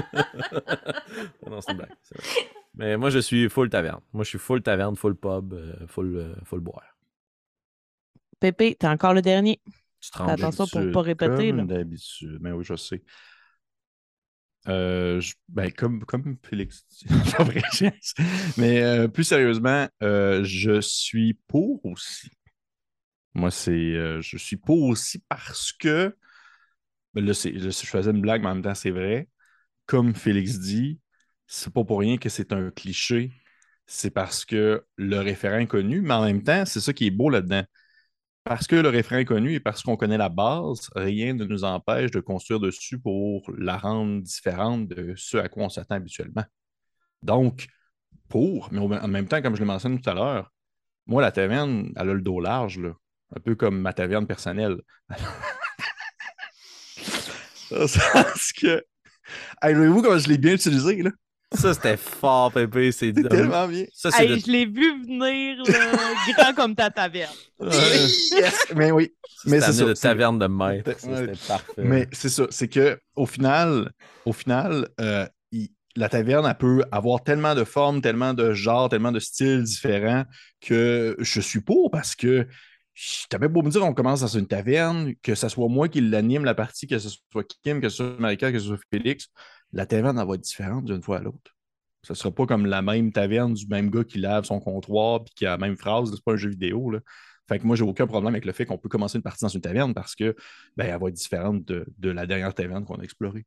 Non, c'est une blague. C'est vrai. Mais moi, je suis full taverne. Moi, je suis full taverne, full pub, euh, full, euh, full boire. Pépé, t'es encore le dernier. Tu Fais trembles. attention pour ne pas répéter. Comme Là. d'habitude. Mais oui, je sais. Euh, je- ben, comme, comme Félix dit. Pas vrai, je- Mais euh, plus sérieusement, euh, je suis pour aussi. Moi, c'est. euh, je suis pour aussi parce que. Ben là, c'est, là, je faisais une blague, mais en même temps, c'est vrai. Comme Félix dit, c'est pas pour rien que c'est un cliché. C'est parce que le référent est connu, mais en même temps, c'est ça qui est beau là-dedans. Parce que le référent est connu et parce qu'on connaît la base, rien ne nous empêche de construire dessus pour la rendre différente de ce à quoi on s'attend habituellement. Donc, pour, mais en même temps, comme je l'ai mentionné tout à l'heure, moi, la taverne, elle a le dos large, là. Un peu comme ma taverne personnelle. Dans le sens que. Hey, voyez-vous comment je l'ai bien utilisé, là? Ça, c'était fort, Pépé. C'est C'est tellement bien. Ça, c'est Hey, de- je l'ai vu venir là, grand comme ta taverne. Yes! Mais oui. Mais Mais c'est c'est ça. de c'est- taverne de maître. Ouais. Ça, c'était parfait. Mais c'est ça, c'est que au final, au final, euh, il- la taverne, elle peut avoir tellement de formes, tellement de genres, tellement de styles différents que je suis pour parce que t'as bien beau me dire on commence dans une taverne, que ce soit moi qui l'anime la partie, que ce soit Kim, que ce soit Marika, que ce soit Félix, la taverne, elle va être différente d'une fois à l'autre. Ce ne sera pas comme la même taverne du même gars qui lave son comptoir puis qui a la même phrase. C'est pas un jeu vidéo, là. Fait que moi, j'ai aucun problème avec le fait qu'on peut commencer une partie dans une taverne parce que ben, elle va être différente de, de la dernière taverne qu'on a explorée.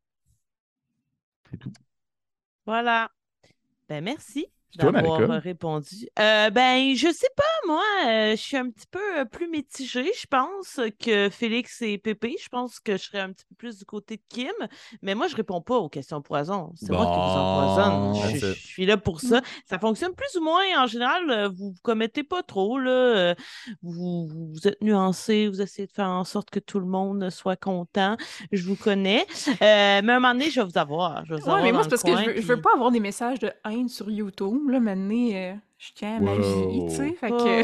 C'est tout. Voilà. Ben, merci Toi, d'avoir Marika? euh, répondu. Euh, ben, je sais pas, moi, euh, je suis un petit peu euh, plus mitigée, je pense, que Félix et Pépé. Je pense que je serais un petit peu plus du côté de Kim, mais moi, je réponds pas aux questions poison. C'est moi qui vous empoisonne. Je, That's je it. suis là pour ça. Ça fonctionne plus ou moins. En général, euh, vous vous commettez pas trop, là. Euh, Vous, vous vous êtes nuancés, vous essayez de faire en sorte que tout le monde soit content. Je vous connais. Euh, mais à un moment donné, je vais vous avoir. Je vais vous Ouais, avoir mais moi, dans c'est le parce que coin, je veux, je puis- veux pas avoir des messages de haine sur YouTube. Là, maintenant, euh, je tiens à ma vie, tu sais. Fait que...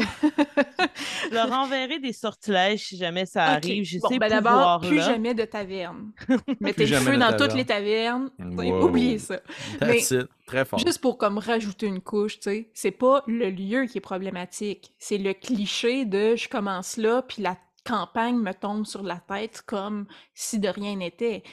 Je leur enverrai des sortilèges si jamais ça Ok. arrive. J'ai Bon, ces ben d'abord, plus pouvoirs-là. jamais de taverne. Mettez Plus le jamais feu de dans taverne. toutes les tavernes. Wow. Oubliez ça. That's it. Très fort. Juste pour comme rajouter une couche, tu sais, c'est pas le lieu qui est problématique, c'est le cliché de je commence là, puis la campagne me tombe sur la tête comme si de rien n'était.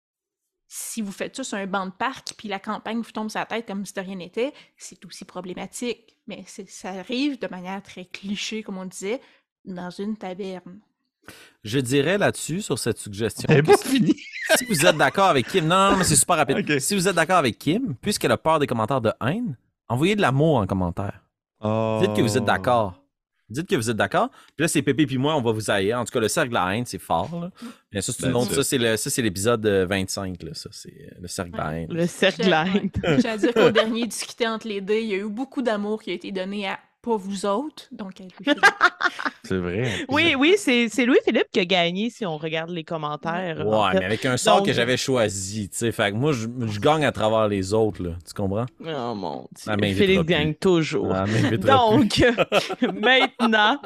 Si vous faites ça sur un banc de parc, puis la campagne vous tombe sur la tête comme si de rien n'était, c'est aussi problématique. Mais c'est- ça arrive de manière très cliché, comme on disait, dans une taverne. Je dirais là-dessus, sur cette suggestion, Elle n'est que pas si, finie. si vous êtes d'accord avec Kim, non, non, non, mais c'est super rapide. Ok. Si vous êtes d'accord avec Kim, puisqu'elle a peur des commentaires de haine, envoyez de l'amour en commentaire. Dites que vous êtes d'accord. Dites que vous êtes d'accord. Puis là, c'est Pépé puis moi, on va vous haïr. En tout cas, le cercle de la haine, c'est fort. Là. Bien, ça, c'est une Ben, autre- ça. ça, c'est le, ça, c'est l'épisode euh, vingt-cinq. Là. Ça, c'est euh, le cercle de la haine. Le cercle Je- line. ouais. J'ai à dire qu'au dernier discuté entre les deux, il y a eu beaucoup d'amour qui a été donné à pas vous autres, donc à Louis-Philippe. C'est vrai. Oui, oui, c'est c'est Louis-Philippe qui a gagné si on regarde les commentaires. Ouais, en fait. mais avec un sort Donc- que j'avais choisi. Tu sais, fait que moi, je, je gagne à travers les autres. Là. Tu comprends? Oh mon Dieu. Elle m'invitera Félix plus. gagne toujours. Ah, elle m'invitera Donc, maintenant,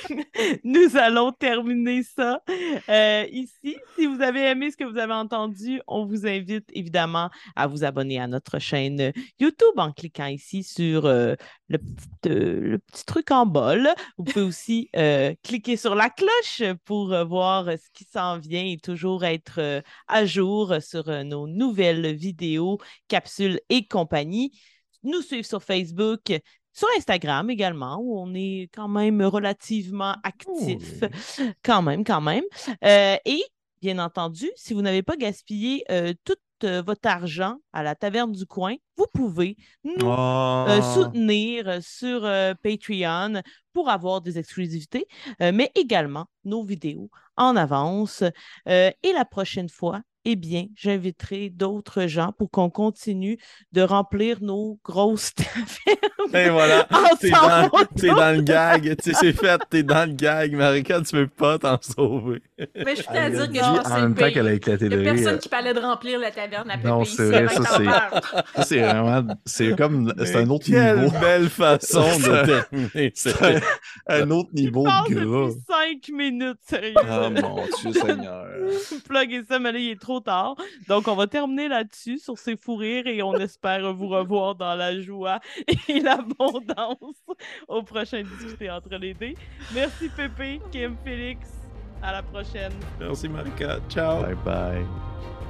nous allons terminer ça euh, ici. Si vous avez aimé ce que vous avez entendu, on vous invite évidemment à vous abonner à notre chaîne YouTube en cliquant ici sur euh, le, petit, euh, le petit truc en bas. Là. Vous pouvez aussi euh, cliquer sur la cloche pour euh, voir ce qui s'en vient et toujours être euh, à jour sur euh, nos nouvelles vidéos, capsules et compagnie. Nous suivre sur Facebook, sur Instagram également, où on est quand même relativement actif. Oh. Quand même, quand même. Euh, et, bien entendu, si vous n'avez pas gaspillé euh, tout euh, votre argent à la taverne du coin, vous pouvez nous Oh. euh, soutenir sur euh, Patreon pour avoir des exclusivités, euh, mais également nos vidéos en avance. Euh, et la prochaine fois, eh bien, j'inviterai d'autres gens pour qu'on continue de remplir nos grosses tavernes. Et voilà, t'es dans, ensemble. t'es dans le gag. Tu sais, c'est fait, t'es dans le gag. Marika, tu peux pas t'en sauver. Mais je peux Elle à a dire dit que je pense que en c'est même le temps pire. qu'elle a éclaté Il y de a rire. personne qui parlait de remplir la taverne à Pépé Non, ici c'est vrai, avant ça, que t'en c'est- parles. Ça, c'est vraiment. C'est comme. C'est un autre Quelle niveau. belle façon Ça- de terminer. C'est cette- un, un autre niveau Je pense de gras. depuis cinq minutes, sérieux. Ah mon Dieu Seigneur. Pluguez ça, mais là, il est trop tard. Donc, on va terminer là-dessus, sur ces fous rires, et on espère vous revoir dans la joie et l'abondance au prochain Discuter entre les dés. Merci Pépé, Kim, Félix. À la prochaine. Merci, Marika. Ciao. Bye bye.